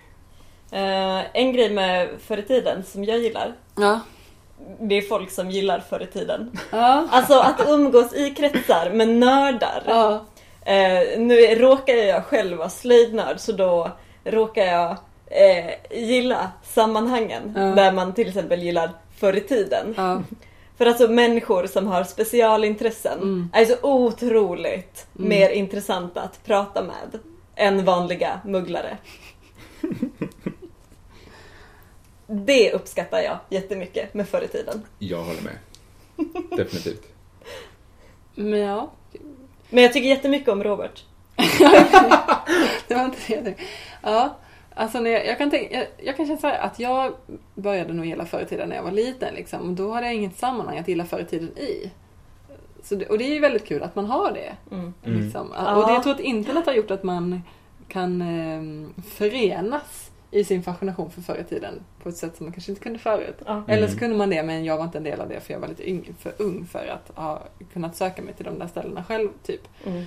Eh, en grej med förr i tiden som jag gillar, Ja. det är folk som gillar förr i tiden. Ja. Alltså att umgås i kretsar med nördar. Ja. Eh, nu råkar jag själv vara slöjdnörd, så då råkar jag eh, gilla sammanhangen Ja. där man till exempel gillar förr i tiden. Ja. För alltså människor som har specialintressen Mm. är så otroligt Mm. mer intressanta att prata med än vanliga mugglare. Det uppskattar jag jättemycket med förr i tiden. Jag håller med. Definitivt. Men ja. Men jag tycker jättemycket om Robert. Det var inte det jag tänkte. Ja. Alltså när jag, jag, kan tänka, jag, jag kan känna så här att jag började nog gilla förr i tiden när jag var liten. Liksom. Och då hade jag inget sammanhang att gilla förr i tiden i. Så det, och det är ju väldigt kul att man har det. Mm. Mm. Liksom. Ja. Och det, jag tror att internet har gjort att man kan eh, förenas i sin fascination för förr i tiden på ett sätt som man kanske inte kunde förut. Ja. Eller så kunde man det, men jag var inte en del av det för jag var lite yng, för ung för att ha kunnat söka mig till de där ställena själv, typ. Mm.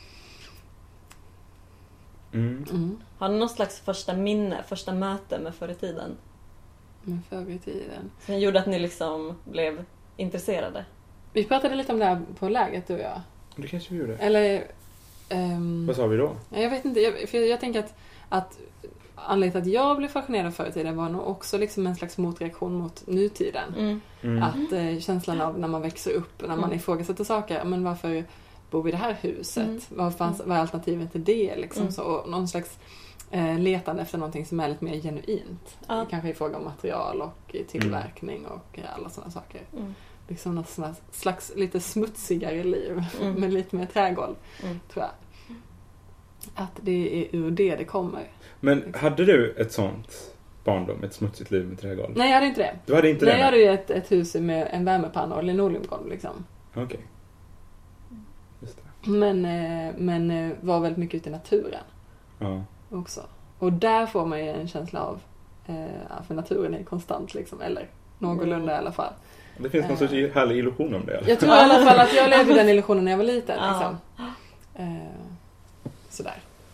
Mm. Mm. Har ni någon slags första minne, första möte med förr i tiden? Men förr i tiden. Som gjorde att ni liksom blev intresserade? Vi pratade lite om det här på läget, du och jag. Det kanske vi gjorde. Eller... ehm, Vad sa vi då? jag vet inte, jag, för jag, jag tänker att, att anledningen till att jag blev fascinerad förr i tiden var nog också liksom en slags motreaktion mot nutiden. Mm. Mm. Att eh, känslan av när man växer upp, när man Mm. ifrågasätter saker, men varför bor vi i det här huset? Mm. Vad, fanns, vad är alternativet till det? Liksom, Mm. så, och någon slags eh, letande efter någonting som är lite mer genuint. Ja. Kanske i fråga om material och i tillverkning och eh, alla sådana saker. Mm. Liksom något slags, slags lite smutsigare liv Mm. med lite mer trädgård, Mm. tror jag. Att det är ur det det kommer. Men hade du ett sånt barndom, ett smutsigt liv med trädgård? Nej, jag hade inte det. Du hade inte Nej, det? jag hade ju ett, ett hus med en värmepanna och linoleumgolv liksom. Okej. Just det. Men, eh, men eh, var väldigt mycket ute i naturen Ja. också. Och där får man ju en känsla av, eh, för naturen är konstant liksom, eller någorlunda i alla fall. Det finns någon Eh. sorts härlig illusion om det. Eller? Jag tror i alla fall att jag levde den illusionen när jag var liten. Ja. Liksom. Eh, sådär.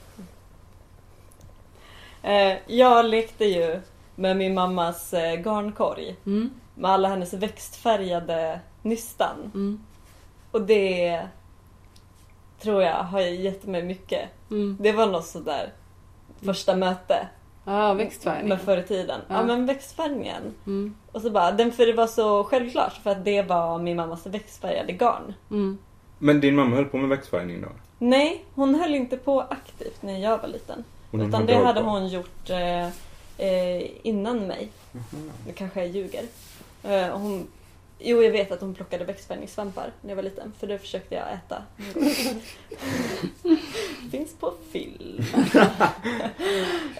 Eh, jag lekte ju med min mammas eh, garnkorg Mm, med alla hennes växtfärgade nystan. mm, Och det tror jag har gett mig mycket. mm. Det var något sådär första möte Ja, växtfärgning. med förr i tiden. Ja, Ja. men växtfärgningen. Mm, Och så bara, den, för det var så självklart för att det var min mammas växtfärgade garn. mm. Men din mamma höll på med växtfärgning då? Nej, hon höll inte på aktivt när jag var liten. Och hon Utan hade det hållit hade på? hon gjort eh, eh, innan mig. Mhm. Det kanske jag ljuger. Eh, och hon, jo, jag vet att hon plockade växtfärgningssvampar när jag var liten. För det försökte jag äta. Finns på film.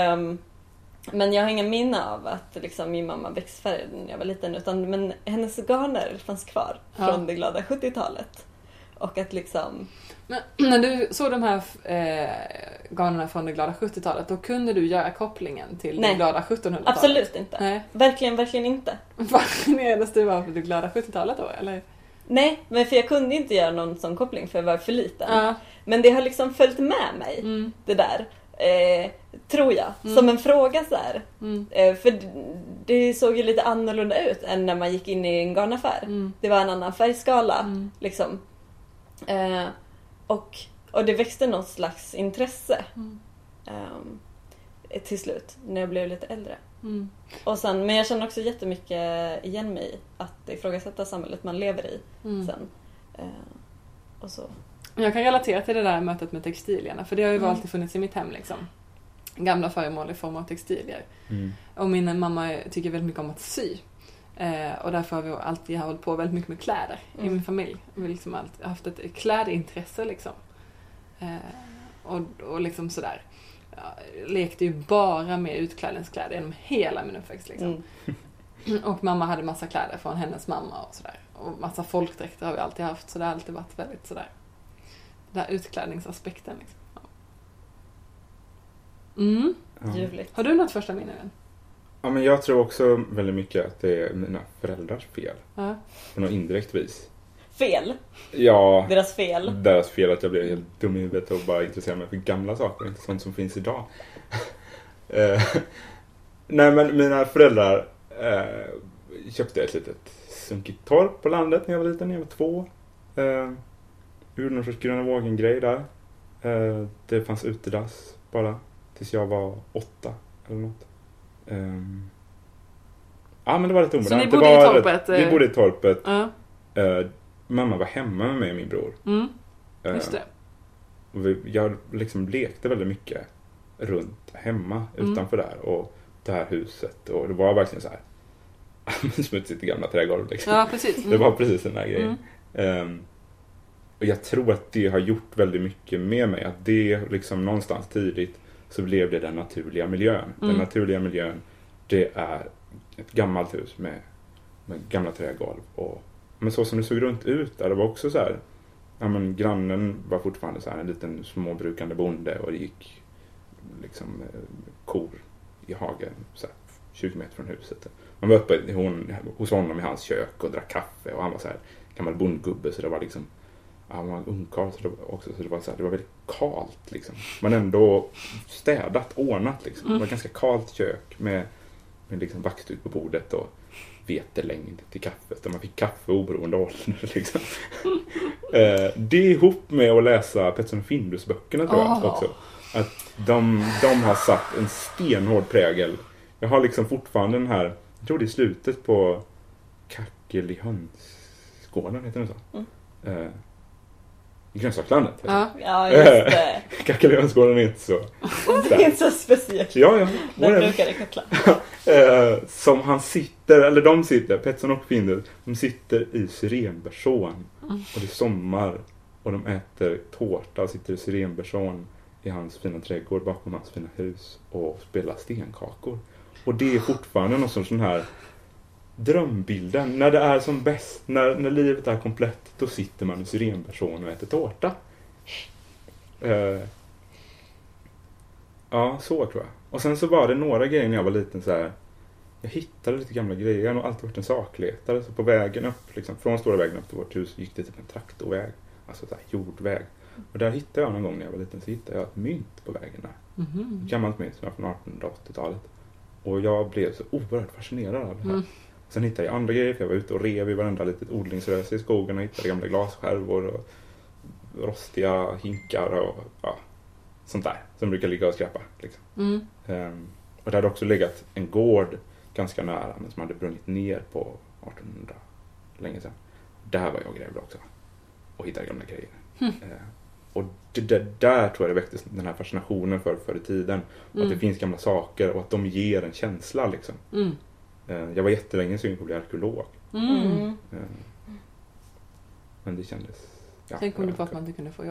Um, men jag har ingen minne av att liksom, min mamma växtfärgade när jag var liten. Utan, men hennes garner fanns kvar Ja. från det glada sjuttiotalet. Och att liksom... Men när du såg de här eh, garnerna från det glada sjuttiotalet, då kunde du göra kopplingen till Nej. det glada sjuttonhundratalet? Absolut inte. Nej. Verkligen, verkligen inte. Fascinerades du av det glada sjuttiotalet då, eller? Nej, men för jag kunde inte göra någon sån koppling för jag var för liten. Ja. Men det har liksom följt med mig, Mm. det där. Eh, tror jag. Mm. Som en fråga så här. Mm. Eh, för d- det såg ju lite annorlunda ut än när man gick in i en garnaffär. Mm. Det var en annan färgskala. Mm. Liksom. Eh, och, och det växte något slags intresse. Mm. Eh, till slut, när jag blev lite äldre. Mm. Och sen, men jag känner också jättemycket igen mig i att ifrågasätta samhället man lever i Mm. sen. Eh, och så. Jag kan relatera till det där mötet med textilierna, för det har ju Mm. alltid funnits i mitt hem liksom. Gamla föremål i form av textilier. Mm. Och min mamma tycker väldigt mycket om att sy. Eh, och därför har vi alltid hållit på väldigt mycket med kläder i Mm. min familj. Vi har liksom alltid haft ett klädintresse liksom. Eh, och, och liksom sådär. Ja, lekte ju bara med utklädningskläder genom hela min uppväxt liksom. Mm. Och mamma hade massa kläder från hennes mamma och sådär. Och massa folkdräkter har vi alltid haft, så det har alltid varit väldigt sådär. Den här utklädningsaspekten liksom. Ja. Mm. Ja. Ljuvligt. Har du något första minne än? Ja, men jag tror också väldigt mycket att det är mina föräldrars fel. Ja. På något indirekt vis. Fel. Ja, Deras fel. deras fel att jag blev helt dum i huvudet och bara intresserade mig för gamla saker, inte sånt som finns idag. Eh, Nej, men mina föräldrar eh, köpte ett litet sunkigt torp på landet när jag var liten, när jag var två. Eh, gjorde någon sorts gröna vågen-grej där. Eh, det fanns utedass bara tills jag var åtta eller något. Eh, ja, men det var lite omodernt. Så ni Det bodde var i torpet? Rätt, vi bodde i torpet. Ja. Eh, mamma var hemma med mig och min bror. Mm. Eh, Just det. och vi, jag liksom lekte väldigt mycket runt hemma Mm. utanför där och det här huset, och det var verkligen så här smutsigt i gamla trädgård liksom. Ja, precis. Mm. Det var precis den där grejen. Mm. Ehm, och jag tror att det har gjort väldigt mycket med mig, att det liksom någonstans tidigt så blev det den naturliga miljön. Den Mm. naturliga miljön, det är ett gammalt hus med, med gamla trädgolv och men så som det såg runt ut där, det var också så här, ja, men grannen var fortfarande så här en liten småbrukande bonde och det gick liksom eh, kor i hagen så här, tjugo meter från huset. Man var uppe hon, hos honom i hans kök och drack kaffe och han var så här gammal bondgubbe, så det var liksom, ja, han var en ungkarl så det var också, så det var så här, det var väldigt kalt liksom. Men ändå städat, ordnat liksom. Det var ett ganska kalt kök med, med liksom vaxduk på bordet och vetelängd till kaffet och man fick kaffe oberoende ålder liksom. eh, det ihop med att läsa Pettersson och Findus böckerna tror jag Oh. också. Att de, de har satt en stenhård prägel. Jag har liksom fortfarande den här, jag tror det är slutet på Kackel i hönsgården, heter det så? Mm. Eh, I grönsakslandet. Ja. Ja, just det. Kackel i hönsgården är inte så. Det är inte så speciellt. Ja, ja. Där whatever. brukar det kackla. Eh, som han sitter, eller de sitter, Pettersson och Findus, de sitter i syrenbersån Mm. och det är sommar och de äter tårta och sitter i syrenbersån i hans fina trädgård bakom hans fina hus och spelar stenkakor. Och det är fortfarande någon sån här drömbilden, när det är som bäst, när, när livet är komplett, då sitter man i syrenbersån och äter tårta. Eh, ja, så tror jag. Och sen så var det några grejer när jag var liten så här. Jag hittade lite gamla grejer. Jag har nog alltid varit en sakletare. Så på vägen upp, liksom, från stora vägen upp till vårt hus gick det typ en traktorväg. Alltså så här, jordväg. Och där hittade jag någon gång när jag var liten, så hittade jag ett mynt på vägen där. Mhm. Ett gammalt mynt som var från artonhundraåttiotalet. Och jag blev så oerhört fascinerad av det här. Mm. Sen hittade jag andra grejer, för jag var ute och rev i varenda litet odlingsröse i skogen och hittade gamla glasskärvor och rostiga hinkar och ja, sånt där som brukar ligga och skräppa. Liksom. Mm. Um, och det hade också legat en gård ganska nära, men som hade brunnit ner på artonhundra, länge sedan. Där var jag och grävde också och hittade gamla grejer. Mm. Uh, och det, det, där tror jag det väcktes den här fascinationen för förr i tiden. Och Mm. att det finns gamla saker och att de ger en känsla liksom. Mm. Uh, jag var jättelänge sugen på att bli arkeolog. Mm. Mm. Uh, men det kändes... Ja, Tänk om du jag- på att man inte kunde få jobb. Mm. Ja, tror det. Det var Sen så kul tror jag att också att jag så här, gräva.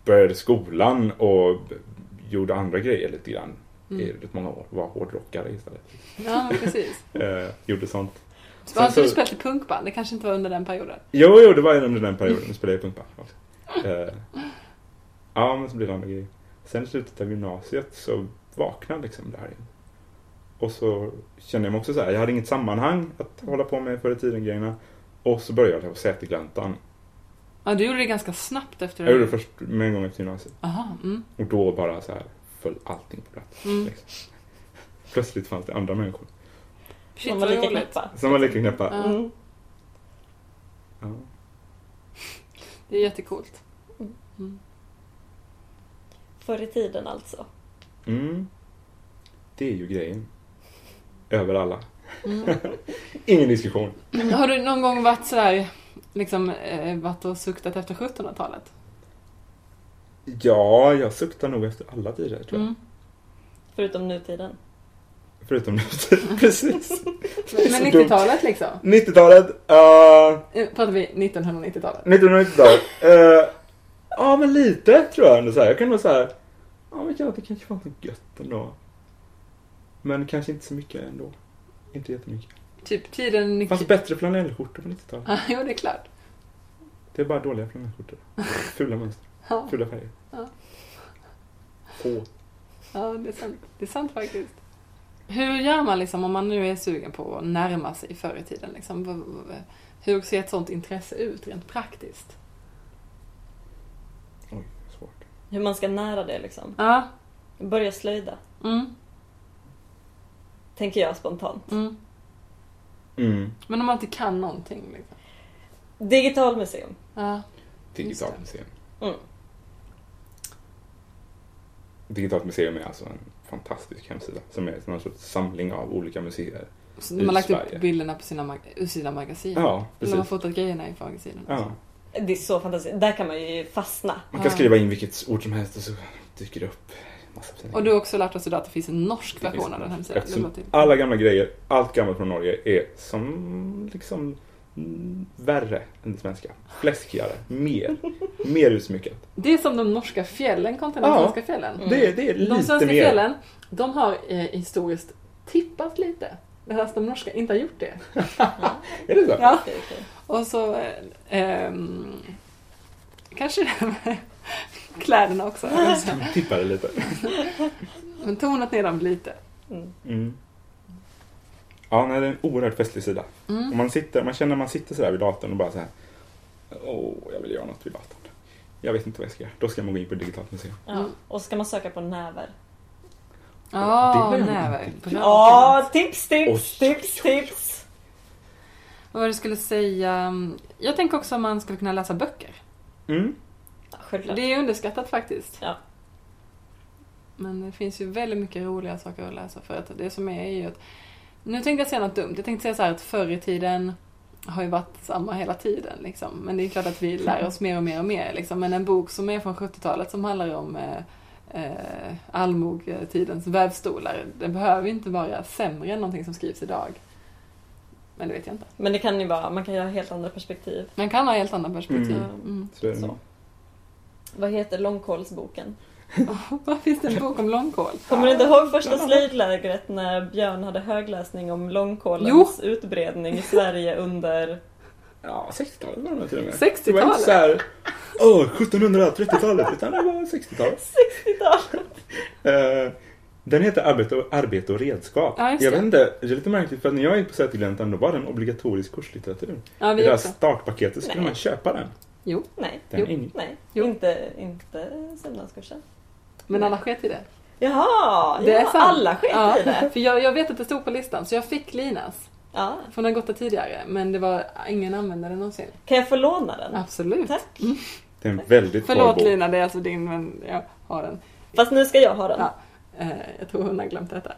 började skolan och gjorde andra grejer lite grann. Mm. I rätt många år. Var hårdrockare istället. Ja, precis. eh, gjorde sånt. Så har så, du spelat i punkband? Det kanske inte var under den perioden. Jo, jo, det var under den perioden. Nu spelade jag punkband. Eh, ja, men så blev det andra grejer. Sen i slutet av gymnasiet så vaknade liksom det här igen. Och så kände jag mig också så här. Jag hade inget sammanhang att hålla på med förr i tiden grejerna. Och så började jag på Sätergläntan. Ja, du gjorde det ganska snabbt efter det. Jag gjorde det först med en gång efter gymnasiet. Aha, mm. Och då bara så här föll allting på plats. Mm. Liksom. Plötsligt fanns det andra människor. Shit, Som var vad lika roligt. knäppa. Som var lika knäppa. Ja. Mm. Ja. Det är jättekult. Mm. Förr i tiden alltså. Mm. Det är ju grejen. Över alla. Mm. Ingen diskussion. Har du någon gång varit sådär, liksom, eh, varit och suktat efter sjuttonhundratalet? Ja, jag suktar nog efter alla tider, tror jag. Mm. Förutom nutiden. Förutom nu. Precis. Men nittiotalet liksom? nittiotalet. Uh, Eh, Pratar vi nittonhundranittiotalet? nittonhundranittiotalet. Uh, ja, men lite tror jag ändå så här. Jag kan nog säga, ja men ja, det kanske var något gött ändå. Men kanske inte så mycket ändå. Inte jättemycket. Typ tiden... Det nittio fanns bättre flanellskjortor på nittiotalet. Ja, jo, det är klart. Det är bara dåliga flanellskjortor. Fula mönster. Ja, Fula färger. Ja. Få. ja det, är sant. det är sant faktiskt. Hur gör man liksom om man nu är sugen på att närma sig förr i tiden? Liksom? V- v- Hur ser ett sånt intresse ut rent praktiskt? Oj, svårt. Hur man ska nära det liksom. Ja. Börja slöjda. Mm. Tänker jag spontant. Mm. Mm. Men om man inte kan någonting liksom. Digitalmuseum. Ja. Digitalt museum. Mm. Digitalt museum är alltså en fantastisk hemsida som är någon sorts samling av olika museer. Så de har lagt Sverige. upp bilderna på sina, mag- ur sina magasin. Ja, Eller precis. de har fotat grejerna inför magasinen. Ja. Det är så fantastiskt. Där kan man ju fastna. Man kan Ja. skriva in vilket ord som helst och så dyker det upp massa fina Och du har också lärt oss idag att det finns en norsk Det finns version av den en- hemsidan. Det eftersom låter- alla gamla grejer, allt gammalt från Norge är som liksom mm, värre än det svenska. Fläskigare, mer. Mer utsmyckat. Det är som de norska fjällen kontra de Ja. svenska fjällen. Mm. Det, är- det är De lite svenska mer. fjällen, de har eh, historiskt tippat lite. Medan de norska inte har gjort det. Är det så? Ja. Okej, okej. Och så eh, ehm, kanske det med kläderna också. Tippar det lite. Men tonat ner dem lite. Mm. Mm. Ja, nej, det är en oerhört festlig sida. Mm. Och man, sitter, man känner att man sitter så där vid datorn och bara så här. Åh, jag vill göra något vid datorn. Jag vet inte vad jag ska göra. Då ska man gå in på digitalt museum. Ja. Mm. Och ska man söka på näver. Ja, Det var ju näver. inte- Bra. Ja, tips, tips, Oj, tips, oj, oj. tips. Vad var det jag skulle säga? Jag tänker också att man skulle kunna läsa böcker. Mm. Ja, självklart. Det är underskattat faktiskt. Ja. Men det finns ju väldigt mycket roliga saker att läsa. För att det som är är ju att... Nu tänkte jag säga något dumt. Jag tänkte säga så här att förr i tiden har ju varit samma hela tiden. Liksom. Men det är klart att vi lär oss mer och mer och mer. Liksom. Men en bok som är från sjuttiotalet som handlar om eh, eh, allmogetidens vävstolar. Den behöver inte vara sämre än någonting som skrivs idag. Men det vet jag inte. Men det kan ju vara, man kan ju ha helt andra perspektiv. Man kan ha helt andra perspektiv. Mm. Mm. Så är det. Så. Vad heter långkålsboken? Vad finns det en bok om långkål? Kommer du inte ihåg första slöjdlägret när Björn hade högläsning om långkålens utbredning i Sverige under... Ja, sextiotalet var det nog till och med. sextiotalet? Det var inte så här, åh, sjuttonhundratrettiotalet, utan det var sextiotalet. sextiotalet! Uh, den heter Arbete och, arbete och redskap. Ja, just jag det. vet inte, det är lite märkligt för att när jag gick på Sätergläntan då var den obligatorisk kurslitteratur. Ja, I vi det här också. startpaketet skulle Nej. man köpa den. Jo, Nej, Den är ingen. nej. Jo. Inte, inte sömnadskursen. men alla sket i det. Jaha, Det är ja, sant. alla skit Ja, i det. för jag, jag vet att det stod på listan, så jag fick Linas. Ja. För den har gått där tidigare, men det var ingen användare någonsin. Kan jag få låna den? Absolut. Tack. Det är en väldigt bra Förlåt bok. Lina, det är alltså din, men jag har den. Fast nu ska jag ha den. Ja, eh, jag tror hon har glömt detta.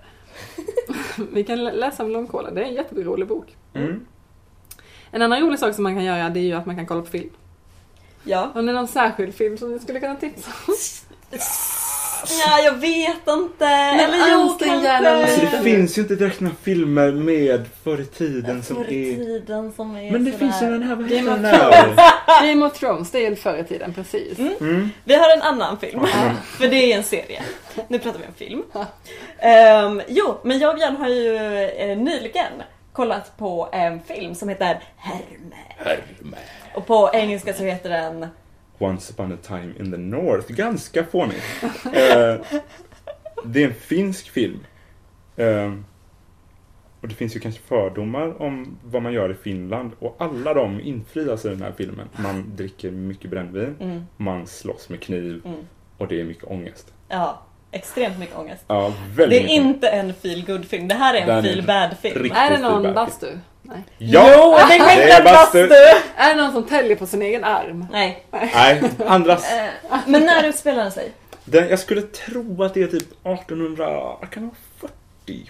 Vi kan lä- läsa om långkålen, det är en jätterolig bok. Mm. En annan rolig sak som man kan göra, det är ju att man kan kolla på film. Ja. Har ni någon särskild film som ni skulle kunna tipsa om? Ja, jag vet inte. Men Eller jo, ansträng gärna kanske. Alltså, lite. det finns ju inte direkt några filmer med förr i tiden som Förr i är... tiden som är Men det sådär. finns ju den här... vad Game heter of den här? Game of Thrones, det är ju förr i tiden, precis. Mm. Mm. Vi har en annan film. För det är en serie. Nu pratar vi om film. Um, jo, men jag och Jan har ju eh, nyligen kollat på en film som heter Herme. Herme. Och på engelska så heter den... Once upon a time in the North. Ganska fånigt. eh, det är en finsk film. Eh, och det finns ju kanske fördomar om vad man gör i Finland. Och alla de infrias i den här filmen. Man dricker mycket brännvin. Mm. Man slåss med kniv. Mm. Och det är mycket ångest. Ja, extremt mycket ångest. Ja, väldigt Det är mycket. inte en feel good film. Det här är Den en är feel bad film. riktigt Är det någon bad. bastu? Nej. Ja! Jo, det är det inte är en bastu. bastu! Är det någon som täljer på sin egen arm? Nej. Nej, andras. Eh, Men när utspelar den sig? Den, jag skulle tro att det är typ artonhundra, kan det vara fyrtio,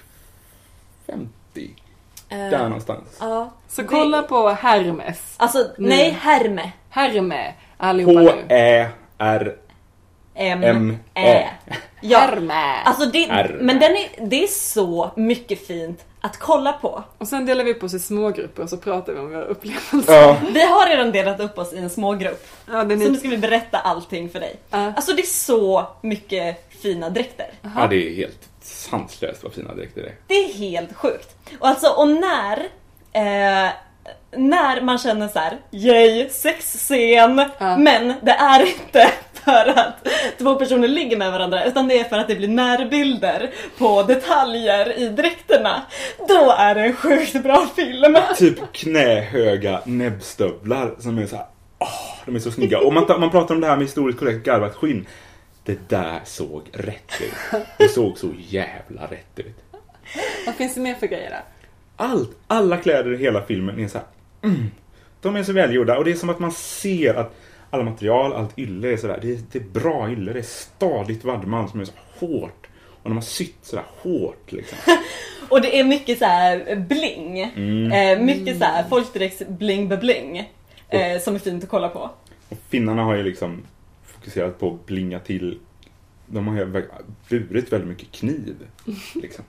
femtio, Eh, där någonstans. Ja. Så Det- kolla på Hermes. Alltså, nej, Herme. Herme, allihopa nu. H-Ä-R M. M Ä. Ä. Ja. Herme. Alltså det, Herme. men den är, det är så mycket fint att kolla på. Och sen delar vi upp oss i smågrupper och så pratar vi om våra upplevelser. Ja, Vi har redan delat upp oss i en smågrupp. Ja, det är Så nu ni... ska vi berätta allting för dig. Ja. Alltså det är så mycket fina dräkter. ja, det är helt sanslöst vad fina dräkter det är. Det är helt sjukt. Och alltså, och när eh, när man känner så här, yay, sexscen, Ja. men det är inte för att två personer ligger med varandra, utan det är för att det blir närbilder på detaljer i dräkterna. Då är det en sjukt bra film. Typ knähöga näbbstövlar som är så här, åh, de är så snygga. Och man, ta- man pratar om det här med historiskt korrekt garvat skinn. Det där såg rätt ut. Det såg så jävla rätt ut. Vad finns det mer för grejer där? Allt, alla kläder i hela filmen är så här, mm, de är så välgjorda. Och det är som att man ser att alla material, allt ylle är sådär, det är, det är bra ylle, det är stadigt vaddman som är så hårt. Och de har sytt sådär hårt liksom. Och det är mycket så här bling. Mm. Eh, mycket så här folkdräkts bling bebling. Eh, som är fint att kolla på. Och finnarna har ju liksom fokuserat på att blinga till. De har ju burit väldigt mycket kniv liksom.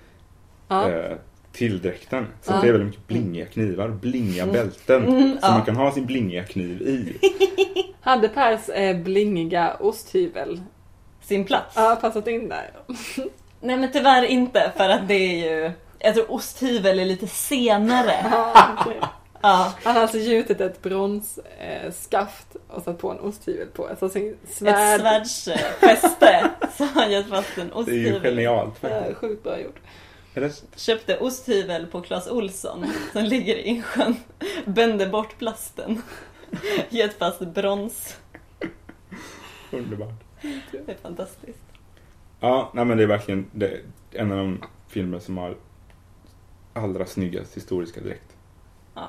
Ja. Eh, till dräkten. Så Ja. det är väldigt mycket blingiga knivar, blingiga bälten. Mm, som ja. man kan ha sin blingiga kniv i. Hade Pers eh, blingiga osthyvel Sin plats. ja, passat in där? Nej men tyvärr inte, för att det är ju, jag tror osthyvel är lite senare. Ja, okej. Ja. Han har alltså gjutit ett bronsskaft eh, skaft och satt på en osthyvel på. Alltså sin Ett svärd. svärdsfäste. Så har han gett fast en Det är ju osthyvel. genialt Ja, faktiskt. sjukt bra gjort. Eller? Köpte osthyvel på Clas Ohlson som ligger i insjön. Bände bort plasten. Gett fast brons. Underbart. Det är fantastiskt. Ja, nej men det är verkligen det, en av de filmer som har allra snyggast historiska dräkt. Ja.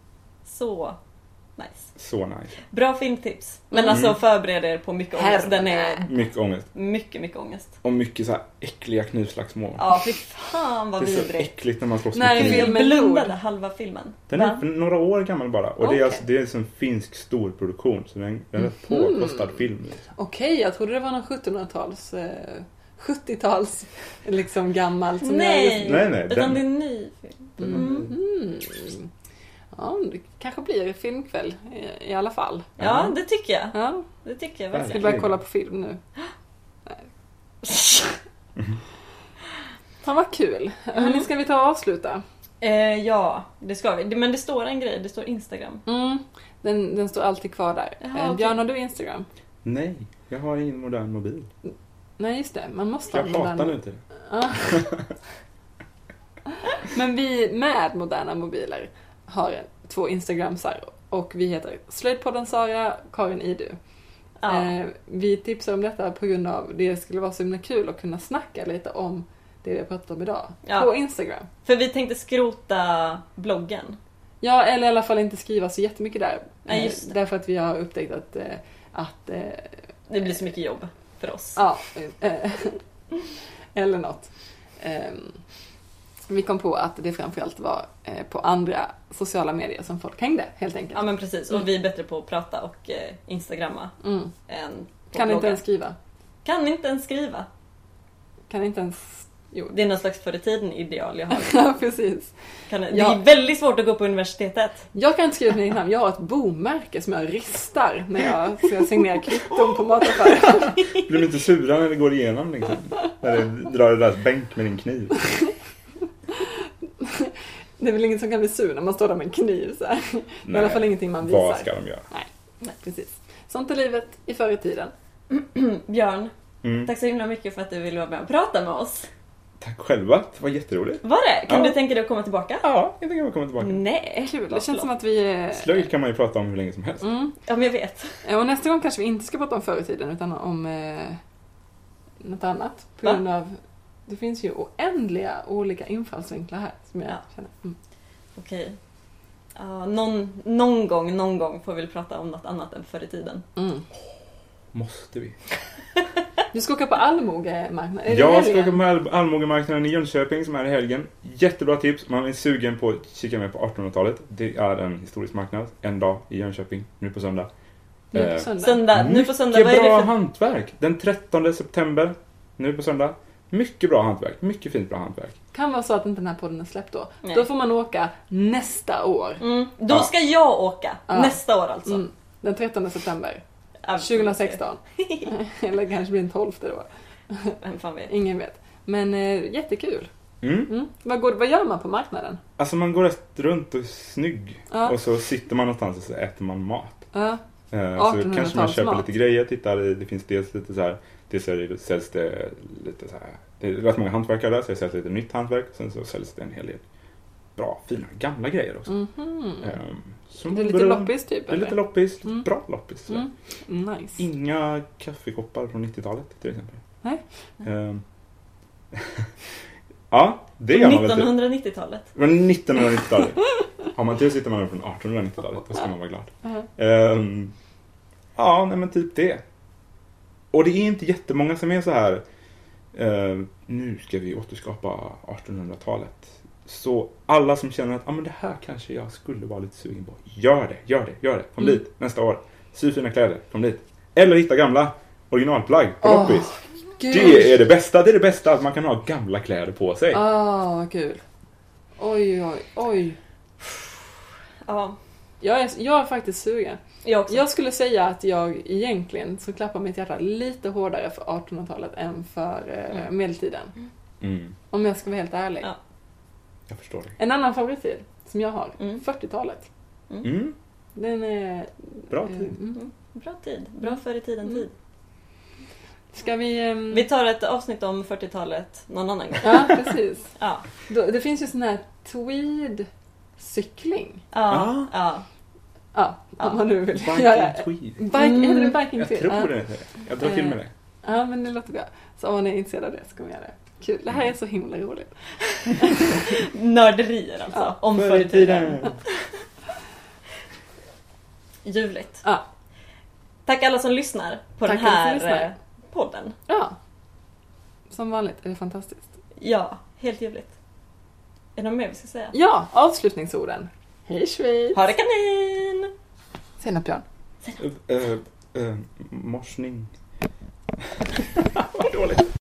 Så nice. Så nice. Bra filmtips. Men Mm. alltså förbered er på mycket ångest. Den är Mycket ångest. mycket, mycket ångest. Och mycket så här äckliga knivslagsmål. Ja, fy fan vad det är så vidrigt. äckligt när man slåss När med är kniv. filmen Vi gjord? blundade halva filmen. Den är Va? för några år gammal bara. Och det Okej. är, alltså, det är en finsk storproduktion. Så det är en, det är en rätt påkostad film. Liksom. Okej, jag trodde det var någon sjuttonhundratals... Eh, sjuttio-tals liksom gammalt. Som jag Nej, just- Nej, nej, utan den- det är en ny film. Mm. Mm. Ja, det kanske blir filmkväll i, i alla fall. Ja, det tycker jag. Ja, Det tycker jag jag ska verkligen. börja kolla på film nu. Fan vad kul. Hörrni, ska vi ta och avsluta? Eh, ja, det ska vi. Men det står en grej, det står Instagram. Mm. Den, den står alltid kvar där. Jaha, Eh, okej. Björn, har du Instagram? Nej, jag har ingen modern mobil. Nej, just det. Man måste ha Jag en hatar modern- nu inte det. Ja. Men vi med moderna mobiler har två Instagramsar och vi heter Slöjdpodden Sara, Karin Idu. Ja. Eh, vi tipsar om detta på grund av det skulle vara så himla kul att kunna snacka lite om det vi har pratat om idag Ja. på Instagram. För vi tänkte skrota bloggen. Ja, eller i alla fall inte skriva så jättemycket där. Nej, just det. Därför att vi har upptäckt att, eh, att eh, Det blir så mycket jobb för oss. ja, eh, eller något. Ehm, vi kom på att det framförallt var eh, på andra sociala medier som folk hängde, helt enkelt. Ja, men precis. Och vi är bättre på att prata och eh, instagramma Mm. än på Kan inte bloggar. ens skriva. Kan inte ens skriva. Kan inte ens... Jo. Det är någon slags förr i tiden ideal jag har. Ja, precis. Kan, det Ja. är väldigt svårt att gå på universitetet. Jag kan inte skriva mitt namn. Jag har ett bomärke som jag ristar när jag ska signera kvitton på mataffären. Blir du inte sura när det går igenom liksom? När du drar i deras bänk med din kniv. Det är väl ingen som kan bli sur när man står där med en kniv så här. Det är i alla fall ingenting man visar. Vad ska de göra? Nej, nej, precis. Sånt är livet i förr i tiden. Björn, Mm. tack så himla mycket för att du ville vara med och prata med oss. Tack själva, det var jätteroligt. Var det? Kan Ja. du tänka dig att komma tillbaka? Ja, jag tänker att komma tillbaka. Nej. Kul. Det känns som att vi... är- Slöjd kan man ju prata om hur länge som helst. Mm. Ja, men jag vet. Och nästa gång kanske vi inte ska prata om förr i tiden utan om eh, något annat. På Va? grund av... Det finns ju oändliga olika infallsvinklar här som jag Ja. känner. Mm. Okej. Ja, någon, någon gång, någon gång får vi prata om något annat än förr i tiden. Mm. Måste vi? Du ska åka på Almogemarknaden. Är det Jag ska helgen? åka på Al- Almogemarknaden i Jönköping som är i helgen. Jättebra tips. Man är sugen på att kika med på artonhundratalet. Det är en historisk marknad. En dag i Jönköping. Nu på söndag. Nu på Eh, söndag. Söndag, nu på söndag, Mycket vad är bra det för... hantverk. Den trettonde september. Nu på söndag. Mycket bra hantverk. Mycket fint bra hantverk. Kan vara så att inte den här podden är släppt då. Nej. Då får man åka nästa år. Mm. Då Ja. ska jag åka. Ja. Nästa år alltså. Mm. Den trettonde september. Ja, tjugohundrasexton. Eller kanske blir den tolfte då. Vem fan vet. Ingen vet. Men eh, jättekul. Mm. Mm. Vad, går, vad gör man på marknaden? Alltså man går rätt runt och är snygg. Ja. Och så sitter man någonstans och så äter man mat. Ja. Eh, så kanske man köper mat. lite grejer, tittar, det finns dels lite så här, dels är det, säljs det lite så här, det är rätt många hantverkare där, så det säljs lite nytt hantverk, sen så säljs det en hel del bra, fina, gamla grejer också. Mhm. Um, som Det är lite beror- loppis typ? Det är lite eller? loppis, lite Mm. bra loppis. så. Mm. Nice. Inga kaffekoppar från nittiotalet till exempel. Nej. Ehm, ja, det gör man väl till. nittonhundranittiotalet. Från nittonhundranittiotalet. Har man till sitter man från artonhundranittiotalet, då ska man vara glad. Mhm. Ehm, ja, nej men typ det. Och det är inte jättemånga som är så här. ehm, nu ska vi återskapa artonhundratalet. Så alla som känner att ah, men det här kanske jag skulle vara lite sugen på. Gör det, gör det, gör det. Kom Mm. dit nästa år. Sy fina kläder, kom dit. Eller hitta gamla originalplagg på Åh, loppis. Gud. Det är det bästa, det är det bästa att man kan ha gamla kläder på sig. Ah, vad kul. Oj, oj, oj. Ja, Jag är, jag är faktiskt sugen. jag också. Jag skulle säga att jag egentligen så klappar mitt hjärta lite hårdare för artonhundratalet än för eh, Mm. medeltiden. Mm, Om jag ska vara helt ärlig. Ja. jag förstår det. En annan favorittid som jag har, Mm. fyrtiotalet. Mm, Den är... bra eh, tid. mm. Mm. Bra tid. Bra förr i tiden Mm. tid. Ska vi... ehm, Vi tar ett avsnitt om fyrtiotalet någon annan gång. Ja, precis. Ja. Då, det finns ju sån här tweed-cykling. Ja. Ah. Ja. Ja, Ja. om man nu vill Viking göra... tweed. Bike, Mm. Heter det biking Jag tweed? tror Ja. det. Jag drar till med det. Ja, men det låter bra. Så om man är intresserad av det så kommer jag göra det. Kul. Det här är så himla roligt. Nörderier alltså. Ja. Om förr i tiden. Ljuvligt. Ja. Tack alla som lyssnar på Tack den alla som här lyssnar. eh, podden. Ja. Som vanligt är det fantastiskt. Ja, helt ljuvligt. Är det något mer vi ska säga? Ja, avslutningsorden. Hej Schweiz! Ha det kanin! Säg något Björn. Uh, uh, uh, morsning. Vad dåligt.